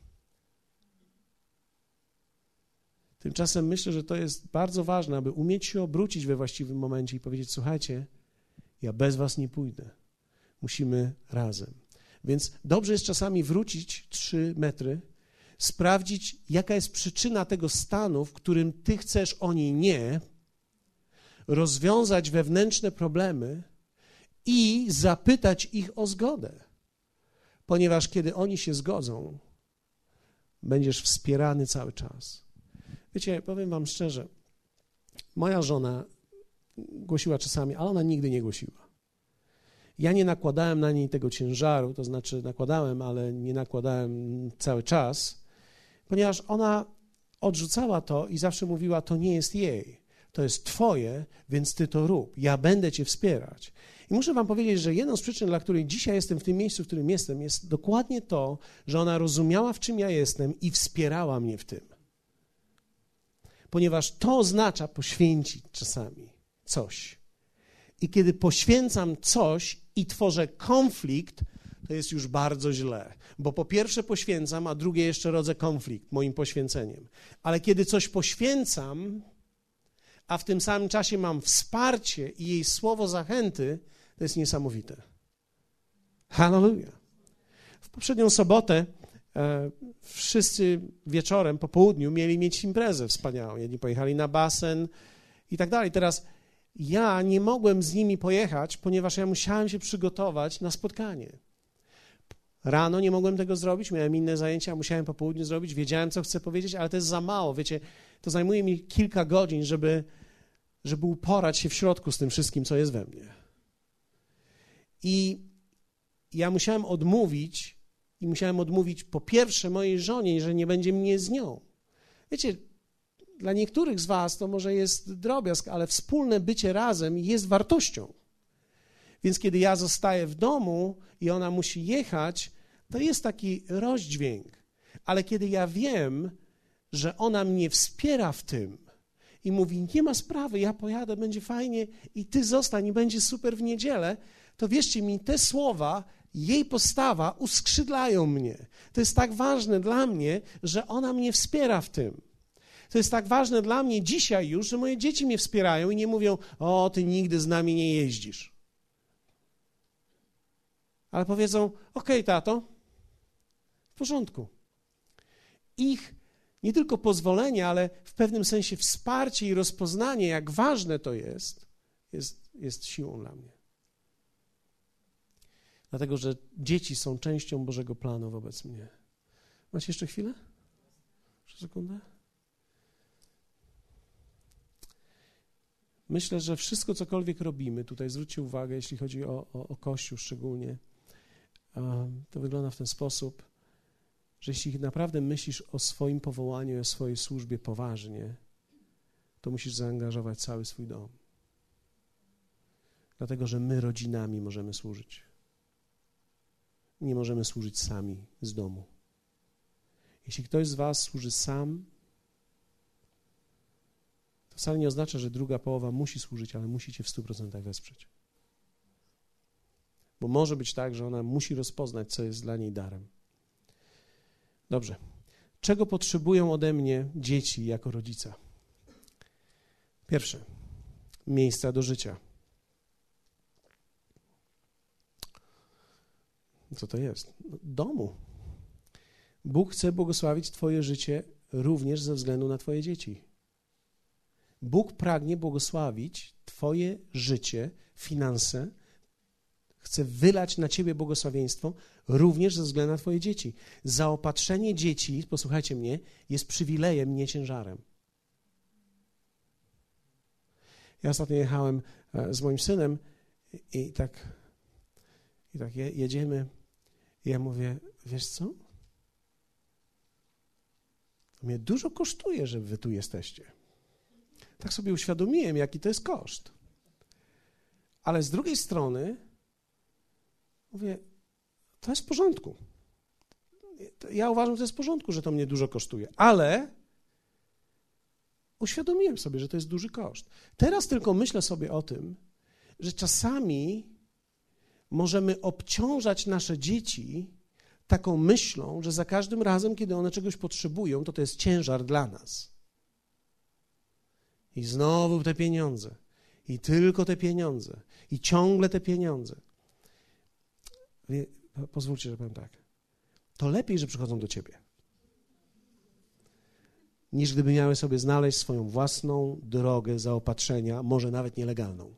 Tymczasem myślę, że to jest bardzo ważne, aby umieć się obrócić we właściwym momencie i powiedzieć, słuchajcie, ja bez was nie pójdę. Musimy razem. Więc dobrze jest czasami wrócić trzy metry, sprawdzić, jaka jest przyczyna tego stanu, w którym ty chcesz, oni nie, rozwiązać wewnętrzne problemy i zapytać ich o zgodę. Ponieważ kiedy oni się zgodzą, będziesz wspierany cały czas. Wiecie, powiem wam szczerze, moja żona głosiła czasami, ale ona nigdy nie głosiła. Ja nie nakładałem na niej tego ciężaru, to znaczy nakładałem, ale nie nakładałem cały czas, ponieważ ona odrzucała to i zawsze mówiła, to nie jest jej, to jest twoje, więc ty to rób, ja będę cię wspierać. I muszę wam powiedzieć, że jedną z przyczyn, dla której dzisiaj jestem w tym miejscu, w którym jestem, jest dokładnie to, że ona rozumiała, w czym ja jestem i wspierała mnie w tym. Ponieważ to oznacza poświęcić czasami coś. I kiedy poświęcam coś i tworzę konflikt, to jest już bardzo źle. Bo po pierwsze poświęcam, a drugie jeszcze rodzę konflikt moim poświęceniem. Ale kiedy coś poświęcam, a w tym samym czasie mam wsparcie i jej słowo zachęty, to jest niesamowite. Hallelujah. W poprzednią sobotę e, wszyscy wieczorem, po południu mieli mieć imprezę wspaniałą. Jedni pojechali na basen i tak dalej. Teraz ja nie mogłem z nimi pojechać, ponieważ ja musiałem się przygotować na spotkanie. Rano nie mogłem tego zrobić, miałem inne zajęcia, musiałem po południu zrobić, wiedziałem, co chcę powiedzieć, ale to jest za mało, wiecie, to zajmuje mi kilka godzin, żeby, żeby uporać się w środku z tym wszystkim, co jest we mnie. I ja musiałem odmówić, i musiałem odmówić po pierwsze mojej żonie, że nie będzie mnie z nią. Wiecie, dla niektórych z was to może jest drobiazg, ale wspólne bycie razem jest wartością. Więc kiedy ja zostaję w domu i ona musi jechać, to jest taki rozdźwięk. Ale kiedy ja wiem, że ona mnie wspiera w tym i mówi, nie ma sprawy, ja pojadę, będzie fajnie i ty zostań i będzie super w niedzielę, to wierzcie mi, te słowa, jej postawa uskrzydlają mnie. To jest tak ważne dla mnie, że ona mnie wspiera w tym. To jest tak ważne dla mnie dzisiaj już, że moje dzieci mnie wspierają i nie mówią, o, ty nigdy z nami nie jeździsz. Ale powiedzą, okej, tato, w porządku. Ich nie tylko pozwolenie, ale w pewnym sensie wsparcie i rozpoznanie, jak ważne to jest, jest, jest siłą dla mnie. Dlatego, że dzieci są częścią Bożego planu wobec mnie. Macie jeszcze chwilę? Jeszcze sekundę? Myślę, że wszystko, cokolwiek robimy, tutaj zwróćcie uwagę, jeśli chodzi o, o, o Kościół szczególnie, to wygląda w ten sposób. że jeśli naprawdę myślisz o swoim powołaniu i o swojej służbie poważnie, to musisz zaangażować cały swój dom. Dlatego, że my rodzinami możemy służyć. Nie możemy służyć sami z domu. Jeśli ktoś z was służy sam, to wcale nie oznacza, że druga połowa musi służyć, ale musi cię w stu procentach wesprzeć. Bo może być tak, że ona musi rozpoznać, co jest dla niej darem. Dobrze. Czego potrzebują ode mnie dzieci jako rodzica? Pierwsze, miejsca do życia. Co to jest? Domu. Bóg chce błogosławić twoje życie również ze względu na twoje dzieci. Bóg pragnie błogosławić twoje życie, finanse, chce wylać na ciebie błogosławieństwo również ze względu na twoje dzieci. Zaopatrzenie dzieci, posłuchajcie mnie, jest przywilejem, nie ciężarem. Ja ostatnio jechałem z moim synem i tak, i tak jedziemy i ja mówię, wiesz co? To mnie dużo kosztuje, że wy tu jesteście. Tak sobie uświadomiłem, jaki to jest koszt. Ale z drugiej strony mówię, to jest w porządku. Ja uważam, że to jest w porządku, że to mnie dużo kosztuje, ale uświadomiłem sobie, że to jest duży koszt. Teraz tylko myślę sobie o tym, że czasami możemy obciążać nasze dzieci taką myślą, że za każdym razem, kiedy one czegoś potrzebują, to to jest ciężar dla nas. I znowu te pieniądze. I tylko te pieniądze. I ciągle te pieniądze. Wie, pozwólcie, że powiem tak. To lepiej, że przychodzą do ciebie, niż gdyby miały sobie znaleźć swoją własną drogę zaopatrzenia, może nawet nielegalną.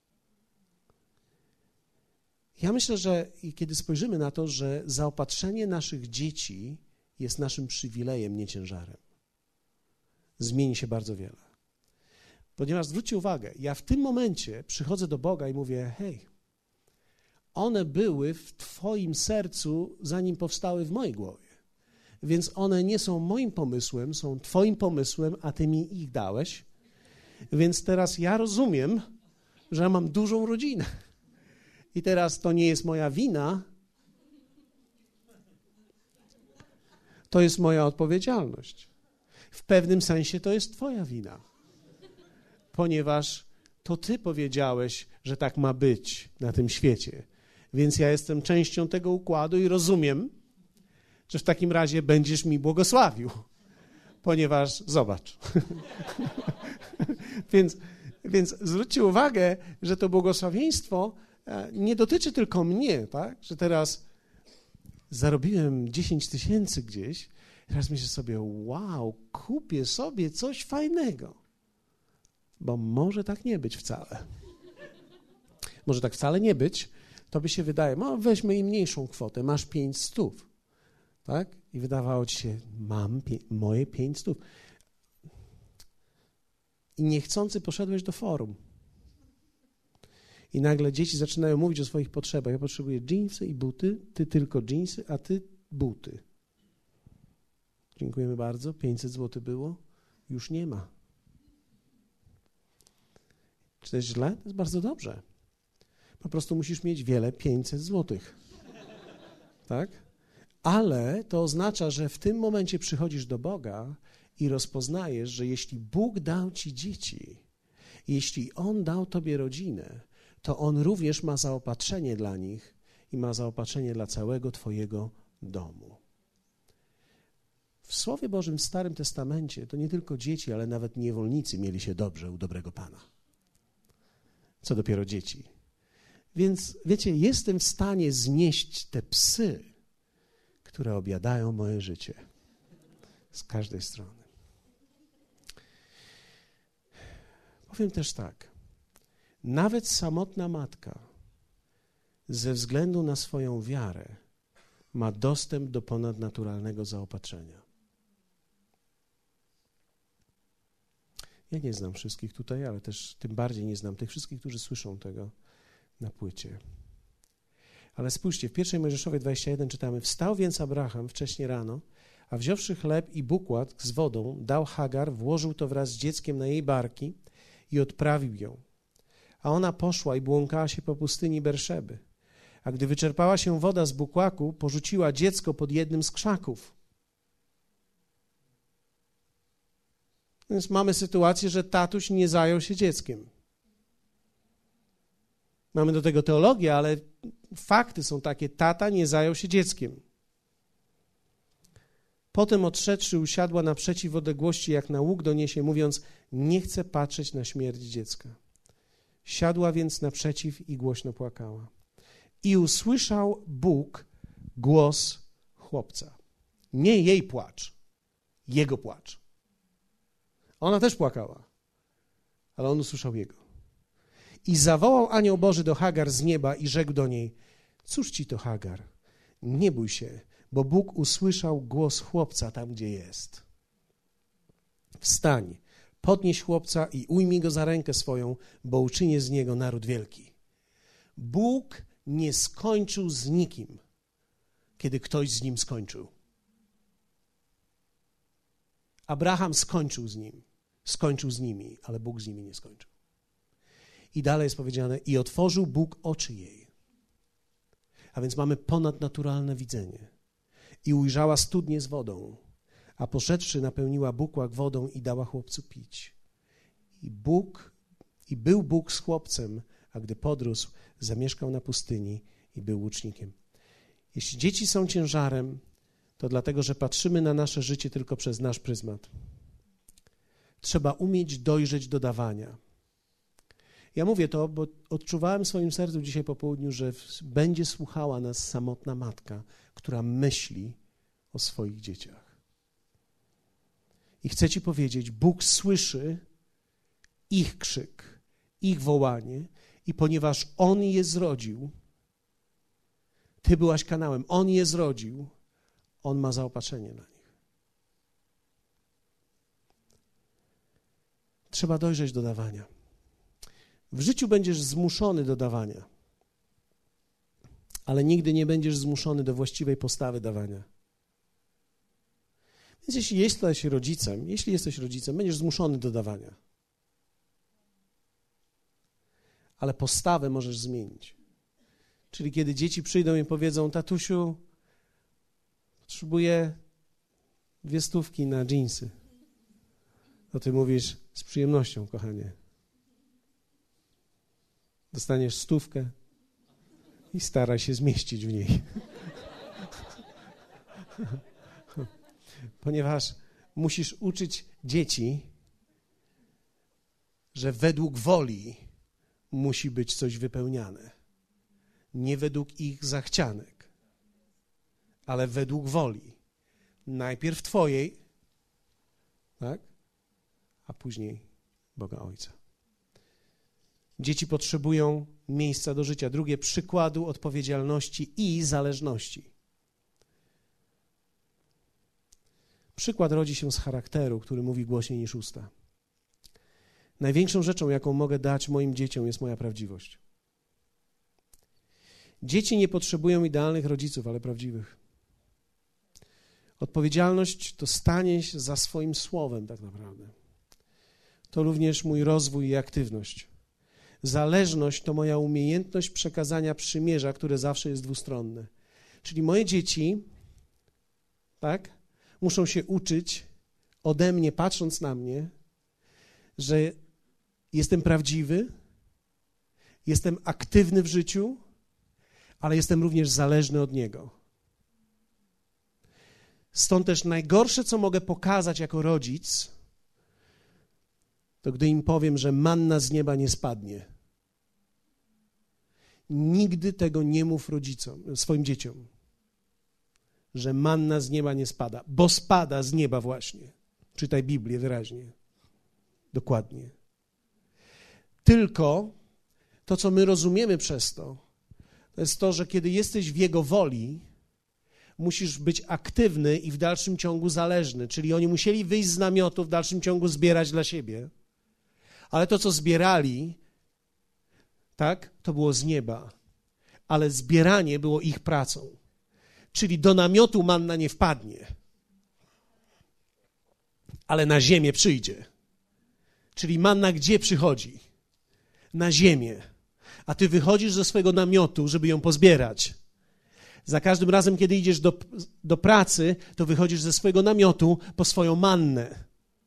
Ja myślę, że i kiedy spojrzymy na to, że zaopatrzenie naszych dzieci jest naszym przywilejem, nie ciężarem, zmieni się bardzo wiele. Ponieważ zwróćcie uwagę, ja w tym momencie przychodzę do Boga i mówię, hej, one były w twoim sercu, zanim powstały w mojej głowie. Więc one nie są moim pomysłem, są twoim pomysłem, a ty mi ich dałeś. Więc teraz ja rozumiem, że ja mam dużą rodzinę. I teraz to nie jest moja wina, to jest moja odpowiedzialność. W pewnym sensie to jest twoja wina, ponieważ to ty powiedziałeś, że tak ma być na tym świecie. Więc ja jestem częścią tego układu i rozumiem, że w takim razie będziesz mi błogosławił, ponieważ zobacz. więc, więc zwróćcie uwagę, że to błogosławieństwo nie dotyczy tylko mnie, tak? Że teraz zarobiłem dziesięć tysięcy gdzieś, teraz myślę sobie, wow, kupię sobie coś fajnego, bo może tak nie być wcale. Może tak wcale nie być, to by się wydaje, no weźmy i mniejszą kwotę, masz pięć stów, tak? I wydawało ci się, mam pie- moje pięć stów. I niechcący poszedłeś do forum. I nagle dzieci zaczynają mówić o swoich potrzebach. Ja potrzebuję dżinsy i buty, ty tylko dżinsy, a ty buty. Dziękujemy bardzo, pięćset złotych było, już nie ma. Czy to jest źle? To jest bardzo dobrze. Po prostu musisz mieć wiele pięćset złotych. Tak? Ale to oznacza, że w tym momencie przychodzisz do Boga i rozpoznajesz, że jeśli Bóg dał ci dzieci, jeśli On dał tobie rodzinę, to On również ma zaopatrzenie dla nich i ma zaopatrzenie dla całego twojego domu. W Słowie Bożym w Starym Testamencie to nie tylko dzieci, ale nawet niewolnicy mieli się dobrze u dobrego Pana. Co dopiero dzieci. Więc wiecie, jestem w stanie znieść te psy, które objadają moje życie z każdej strony. Powiem też tak, nawet samotna matka ze względu na swoją wiarę ma dostęp do ponadnaturalnego zaopatrzenia. Ja nie znam wszystkich tutaj, ale też tym bardziej nie znam tych wszystkich, którzy słyszą tego na płycie. Ale spójrzcie, w pierwszej Mojżeszowej dwudziestej pierwszej czytamy: Wstał więc Abraham wcześnie rano A wziąwszy chleb i bukłak z wodą, dał Hagar, włożył to wraz z dzieckiem na jej barki i odprawił ją. A ona poszła i błąkała się po pustyni Berszeby. A gdy wyczerpała się woda z bukłaku, porzuciła dziecko pod jednym z krzaków. Więc mamy sytuację, że tatuś nie zajął się dzieckiem. Mamy do tego teologię, ale fakty są takie, tata nie zajął się dzieckiem. Potem odszedłszy, usiadła naprzeciw w odległości, jak na łuk doniesie, mówiąc, nie chcę patrzeć na śmierć dziecka. Siadła więc naprzeciw i głośno płakała. I usłyszał Bóg głos chłopca. Nie jej płacz, jego płacz. Ona też płakała, ale on usłyszał jego. I zawołał anioł Boży do Hagar z nieba i rzekł do niej, cóż ci to, Hagar? Nie bój się, bo Bóg usłyszał głos chłopca tam, gdzie jest. Wstań, podnieś chłopca i ujmij go za rękę swoją, bo uczynię z niego naród wielki. Bóg nie skończył z nikim, kiedy ktoś z nim skończył. Abraham skończył z nim, skończył z nimi, ale Bóg z nimi nie skończył. I dalej jest powiedziane, i otworzył Bóg oczy jej. A więc mamy ponadnaturalne widzenie. I ujrzała studnię z wodą, a poszedłszy napełniła bukłak wodą i dała chłopcu pić. I Bóg, i był Bóg z chłopcem, a gdy podrósł, zamieszkał na pustyni i był łucznikiem. Jeśli dzieci są ciężarem, to dlatego, że patrzymy na nasze życie tylko przez nasz pryzmat. Trzeba umieć dojrzeć do dawania. Ja mówię to, bo odczuwałem w swoim sercu dzisiaj po południu, że będzie słuchała nas samotna matka, która myśli o swoich dzieciach. I chcę ci powiedzieć, Bóg słyszy ich krzyk, ich wołanie i ponieważ On je zrodził, ty byłaś kanałem, On je zrodził, On ma zaopatrzenie na nich. Trzeba dojrzeć do dawania. W życiu będziesz zmuszony do dawania, ale nigdy nie będziesz zmuszony do właściwej postawy dawania. Więc jeśli jesteś rodzicem, jeśli jesteś rodzicem, będziesz zmuszony do dawania. Ale postawę możesz zmienić. Czyli kiedy dzieci przyjdą i powiedzą, tatusiu, potrzebuję dwie stówki na dżinsy, to ty mówisz, z przyjemnością, kochanie. Dostaniesz stówkę i staraj się zmieścić w niej. Ponieważ musisz uczyć dzieci, że według woli musi być coś wypełniane. Nie według ich zachcianek, ale według woli. Najpierw twojej, tak? A później Boga Ojca. Dzieci potrzebują miejsca do życia. Drugie, przykładu odpowiedzialności i zależności. Przykład rodzi się z charakteru, który mówi głośniej niż usta. Największą rzeczą, jaką mogę dać moim dzieciom, jest moja prawdziwość. Dzieci nie potrzebują idealnych rodziców, ale prawdziwych. Odpowiedzialność to stanie się za swoim słowem tak naprawdę. To również mój rozwój i aktywność. Zależność to moja umiejętność przekazania przymierza, które zawsze jest dwustronne. Czyli moje dzieci, tak, muszą się uczyć ode mnie, patrząc na mnie, że jestem prawdziwy, jestem aktywny w życiu, ale jestem również zależny od Niego. Stąd też najgorsze, co mogę pokazać jako rodzic, to gdy im powiem, że manna z nieba nie spadnie. Nigdy tego nie mów rodzicom, swoim dzieciom, że manna z nieba nie spada, bo spada z nieba właśnie. Czytaj Biblię wyraźnie, dokładnie. Tylko to, co my rozumiemy przez to, to jest to, że kiedy jesteś w Jego woli, musisz być aktywny i w dalszym ciągu zależny. Czyli oni musieli wyjść z namiotu, w dalszym ciągu zbierać dla siebie, ale to, co zbierali, tak, to było z nieba, ale zbieranie było ich pracą. Czyli do namiotu manna nie wpadnie. ale na ziemię przyjdzie. Czyli manna gdzie przychodzi? Na ziemię. A ty wychodzisz ze swojego namiotu, żeby ją pozbierać. Za każdym razem, kiedy idziesz do, do pracy, to wychodzisz ze swojego namiotu po swoją mannę.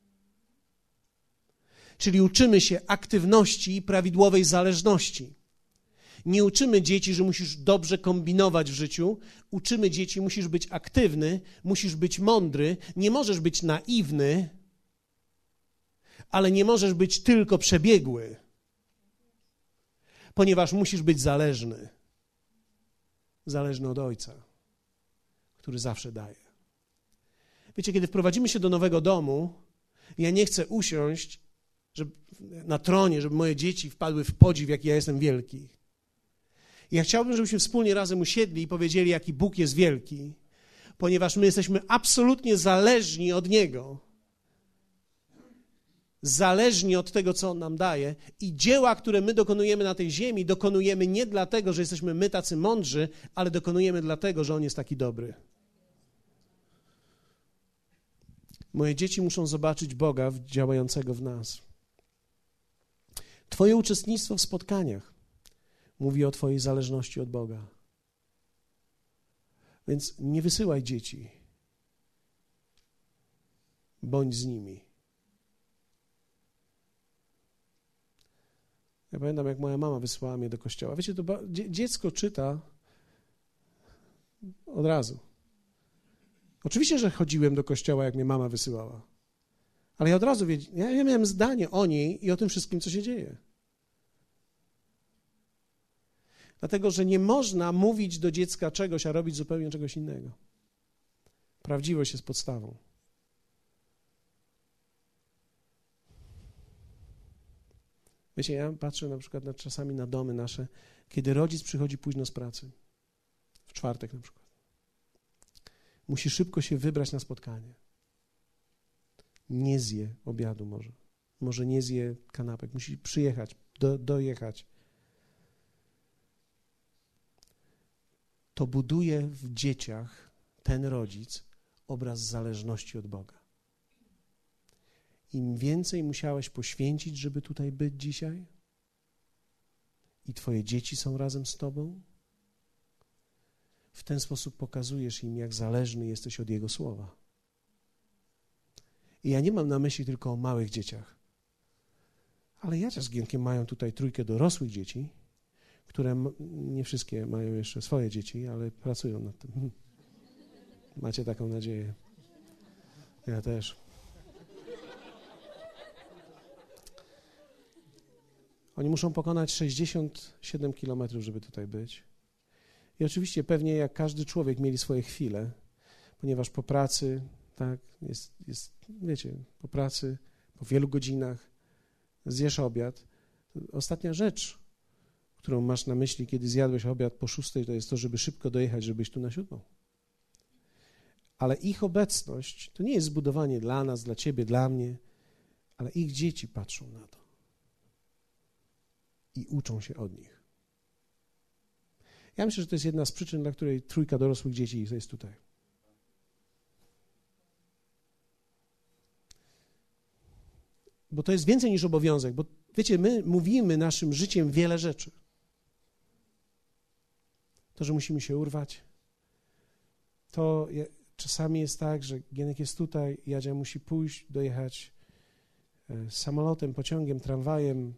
Czyli uczymy się aktywności i prawidłowej zależności. Nie uczymy dzieci, że musisz dobrze kombinować w życiu. Uczymy dzieci, musisz być aktywny, musisz być mądry, nie możesz być naiwny, ale nie możesz być tylko przebiegły, ponieważ musisz być zależny. Zależny od Ojca, który zawsze daje. Wiecie, kiedy wprowadzimy się do nowego domu, ja nie chcę usiąść żeby, na tronie, żeby moje dzieci wpadły w podziw, jaki ja jestem wielki. Ja chciałbym, żebyśmy wspólnie razem usiedli i powiedzieli, jaki Bóg jest wielki, ponieważ my jesteśmy absolutnie zależni od Niego. Zależni od tego, co On nam daje. I dzieła, które my dokonujemy na tej ziemi, dokonujemy nie dlatego, że jesteśmy my tacy mądrzy, ale dokonujemy dlatego, że On jest taki dobry. Moje dzieci muszą zobaczyć Boga działającego w nas. Twoje uczestnictwo w spotkaniach mówi o twojej zależności od Boga. Więc nie wysyłaj dzieci. Bądź z nimi. Ja pamiętam, jak moja mama wysłała mnie do kościoła. Wiecie, to ba- dzie- dziecko czyta od razu. Oczywiście, że chodziłem do kościoła, jak mnie mama wysyłała. Ale ja od razu wiedziałem, ja, ja miałem zdanie o niej i o tym wszystkim, co się dzieje. Dlatego, że nie można mówić do dziecka czegoś, a robić zupełnie czegoś innego. Prawdziwość jest podstawą. Wiecie, ja patrzę na przykład na, czasami na domy nasze, kiedy rodzic przychodzi późno z pracy, w czwartek na przykład. Musi szybko się wybrać na spotkanie. Nie zje obiadu może. Może nie zje kanapek. Musi przyjechać, do, dojechać. To buduje w dzieciach ten rodzic obraz zależności od Boga. Im więcej musiałeś poświęcić, żeby tutaj być dzisiaj i twoje dzieci są razem z tobą, w ten sposób pokazujesz im, jak zależny jesteś od Jego słowa. I ja nie mam na myśli tylko o małych dzieciach, ale Jadzia z Gienkiem mają tutaj trójkę dorosłych dzieci, które m- nie wszystkie mają jeszcze swoje dzieci, ale pracują nad tym. Macie taką nadzieję. Ja też. Oni muszą pokonać sześćdziesiąt siedem kilometrów, żeby tutaj być. I oczywiście pewnie jak każdy człowiek mieli swoje chwile, ponieważ po pracy, tak, jest, jest, wiecie, po pracy, po wielu godzinach zjesz obiad. Ostatnia rzecz, którą masz na myśli, kiedy zjadłeś obiad po szóstej, to jest to, żeby szybko dojechać, żebyś tu na siódmą. Ale ich obecność to nie jest zbudowanie dla nas, dla ciebie, dla mnie, ale ich dzieci patrzą na to i uczą się od nich. Ja myślę, że to jest jedna z przyczyn, dla której trójka dorosłych dzieci jest tutaj. Bo to jest więcej niż obowiązek, bo wiecie, my mówimy naszym życiem wiele rzeczy. To, że musimy się urwać, to je, czasami jest tak, że Gienek jest tutaj, Jadzia musi pójść, dojechać e, samolotem, pociągiem, tramwajem,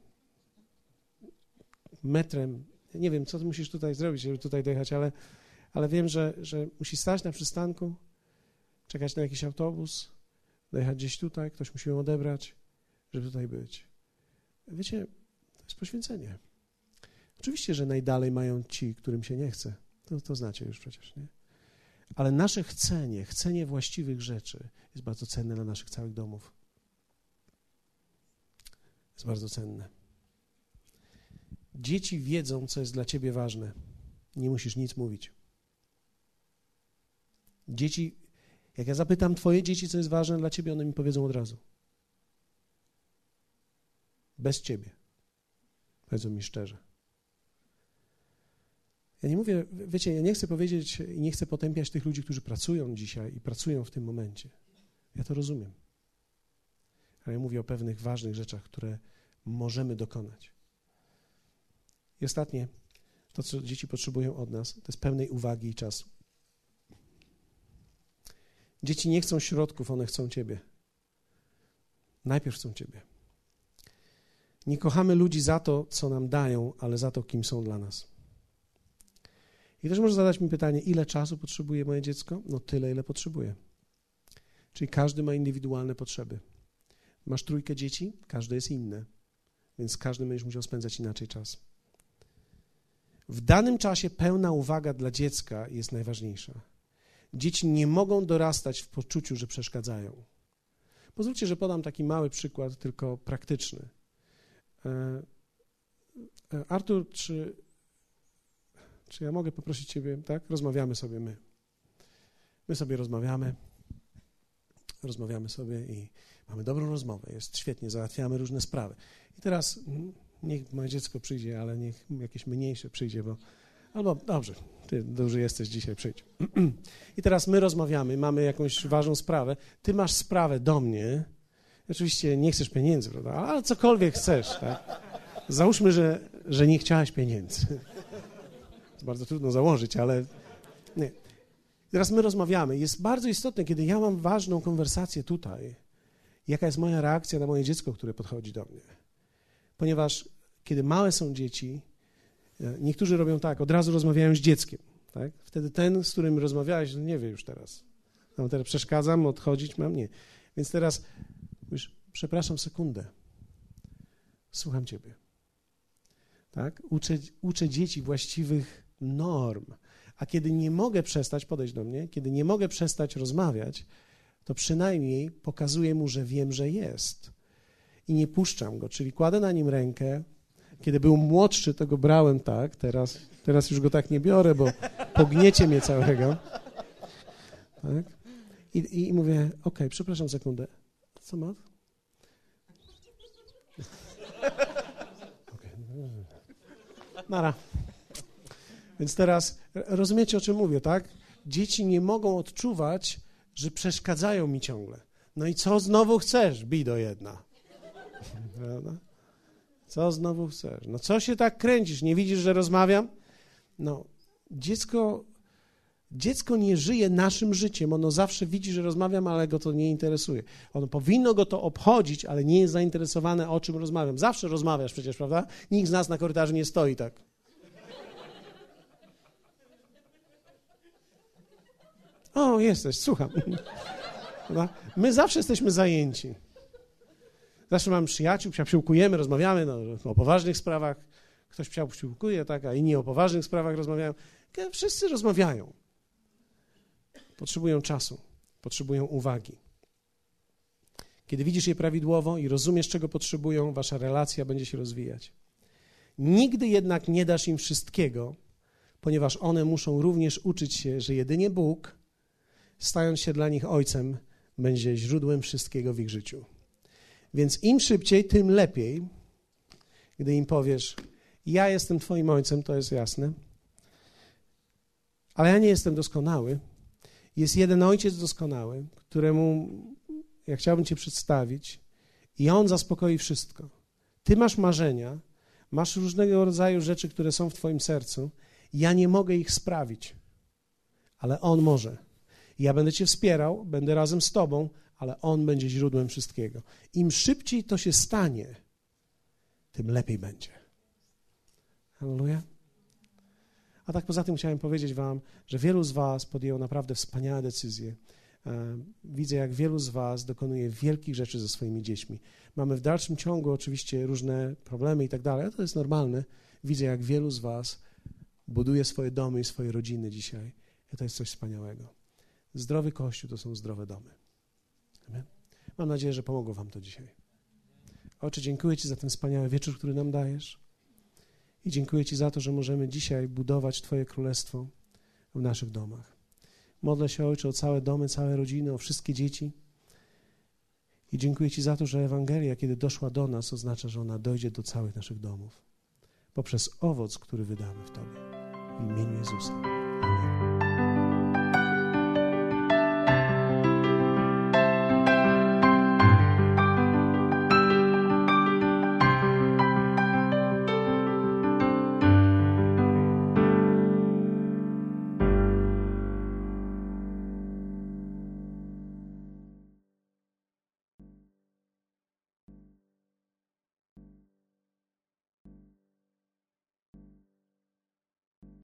metrem. Nie wiem, co ty musisz tutaj zrobić, żeby tutaj dojechać, ale, ale wiem, że, że musi stać na przystanku, czekać na jakiś autobus, dojechać gdzieś tutaj, ktoś musi ją odebrać, żeby tutaj być. Wiecie, to jest poświęcenie. Oczywiście, że najdalej mają ci, którym się nie chce. To, to znacie już przecież, nie? Ale nasze chcenie, chcenie właściwych rzeczy jest bardzo cenne dla naszych całych domów. Jest bardzo cenne. Dzieci wiedzą, co jest dla ciebie ważne. Nie musisz nic mówić. Dzieci, jak ja zapytam twoje dzieci, co jest ważne dla ciebie, one mi powiedzą od razu. Bez ciebie. Powiedzą mi szczerze. Ja nie mówię, wiecie, ja nie chcę powiedzieć i nie chcę potępiać tych ludzi, którzy pracują dzisiaj i pracują w tym momencie. Ja to rozumiem. ale ja mówię o pewnych ważnych rzeczach, które możemy dokonać. I ostatnie, to co dzieci potrzebują od nas, to jest pełnej uwagi i czasu. Dzieci nie chcą środków, one chcą Ciebie. Najpierw chcą Ciebie. Nie kochamy ludzi za to, co nam dają, ale za to, kim są dla nas. I też może zadać mi pytanie, ile czasu potrzebuje moje dziecko? No tyle, ile potrzebuje. Czyli każdy ma indywidualne potrzeby. Masz trójkę dzieci, każde jest inne, więc każdy będziesz musiał spędzać inaczej czas. W danym czasie pełna uwaga dla dziecka jest najważniejsza. Dzieci nie mogą dorastać w poczuciu, że przeszkadzają. Pozwólcie, że podam taki mały przykład, tylko praktyczny. Artur, czy, czy ja mogę poprosić Ciebie, tak? Rozmawiamy sobie my. My sobie rozmawiamy, rozmawiamy sobie i mamy dobrą rozmowę, jest świetnie, załatwiamy różne sprawy. I teraz niech moje dziecko przyjdzie, ale niech jakieś mniejsze przyjdzie, bo albo dobrze, Ty duży jesteś dzisiaj, przyjdź. I teraz my rozmawiamy, mamy jakąś ważną sprawę, Ty masz sprawę do mnie, oczywiście nie chcesz pieniędzy, prawda? Ale cokolwiek chcesz, tak? Załóżmy, że, że nie chciałeś pieniędzy. To bardzo trudno założyć, ale nie. Teraz my rozmawiamy. Jest bardzo istotne, kiedy ja mam ważną konwersację tutaj, jaka jest moja reakcja na moje dziecko, które podchodzi do mnie. Ponieważ kiedy małe są dzieci, niektórzy robią tak, od razu rozmawiają z dzieckiem. Tak? Wtedy ten, z którym rozmawiałeś, no nie wie już teraz. No teraz przeszkadzam, odchodzić mam, nie. Więc teraz już, przepraszam, sekundę. Słucham Ciebie. Tak? Uczę, uczę dzieci właściwych norm. A kiedy nie mogę przestać, podejdź do mnie, kiedy nie mogę przestać rozmawiać, to przynajmniej pokazuję mu, że wiem, że jest. I nie puszczam go, czyli kładę na nim rękę. Kiedy był młodszy, to go brałem tak, teraz, teraz już go tak nie biorę, bo pogniecie mnie całego. Tak? I, I mówię, okej, okay, przepraszam sekundę. Co ma? Okay. Nara. Więc teraz rozumiecie, o czym mówię, tak? Dzieci nie mogą odczuwać, że przeszkadzają mi ciągle. No i co znowu chcesz, bido jedna? Prawda? Co znowu chcesz? No co się tak kręcisz? Nie widzisz, że rozmawiam? No, dziecko, dziecko nie żyje naszym życiem. Ono zawsze widzi, że rozmawiam, ale go to nie interesuje. Ono powinno go to obchodzić, ale nie jest zainteresowane, o czym rozmawiam. Zawsze rozmawiasz przecież, prawda? Nikt z nas na korytarzu nie stoi tak. O, jesteś, słucham. My zawsze jesteśmy zajęci. Zawsze mamy przyjaciół, posiłkujemy, rozmawiamy no, o poważnych sprawach. Ktoś posiłkuje, tak, a inni o poważnych sprawach rozmawiają. Wszyscy rozmawiają. Potrzebują czasu, potrzebują uwagi. Kiedy widzisz je prawidłowo i rozumiesz, czego potrzebują, wasza relacja będzie się rozwijać. Nigdy jednak nie dasz im wszystkiego, ponieważ one muszą również uczyć się, że jedynie Bóg, stając się dla nich ojcem, będzie źródłem wszystkiego w ich życiu. Więc im szybciej, tym lepiej, gdy im powiesz, ja jestem twoim ojcem, to jest jasne, ale ja nie jestem doskonały. Jest jeden ojciec doskonały, któremu ja chciałbym cię przedstawić i on zaspokoi wszystko. Ty masz marzenia, masz różnego rodzaju rzeczy, które są w twoim sercu. Ja nie mogę ich sprawić, ale on może. Ja będę cię wspierał, będę razem z tobą, ale on będzie źródłem wszystkiego. Im szybciej to się stanie, tym lepiej będzie. Halleluja. A tak poza tym chciałem powiedzieć wam, że wielu z was podjęło naprawdę wspaniałe decyzje. Widzę, jak wielu z was dokonuje wielkich rzeczy ze swoimi dziećmi. Mamy w dalszym ciągu oczywiście różne problemy i tak dalej, ale to jest normalne. Widzę, jak wielu z was buduje swoje domy i swoje rodziny dzisiaj. I to jest coś wspaniałego. Zdrowy Kościół to są zdrowe domy. Amen. Mam nadzieję, że pomogło wam to dzisiaj. Ojcze, dziękuję ci za ten wspaniały wieczór, który nam dajesz. I dziękuję ci za to, że możemy dzisiaj budować Twoje królestwo w naszych domach. Modlę się, Ojcze, o całe domy, całe rodziny, o wszystkie dzieci. I dziękuję ci za to, że Ewangelia, kiedy doszła do nas, oznacza, że ona dojdzie do całych naszych domów. Poprzez owoc, który wydamy w Tobie. W imieniu Jezusa.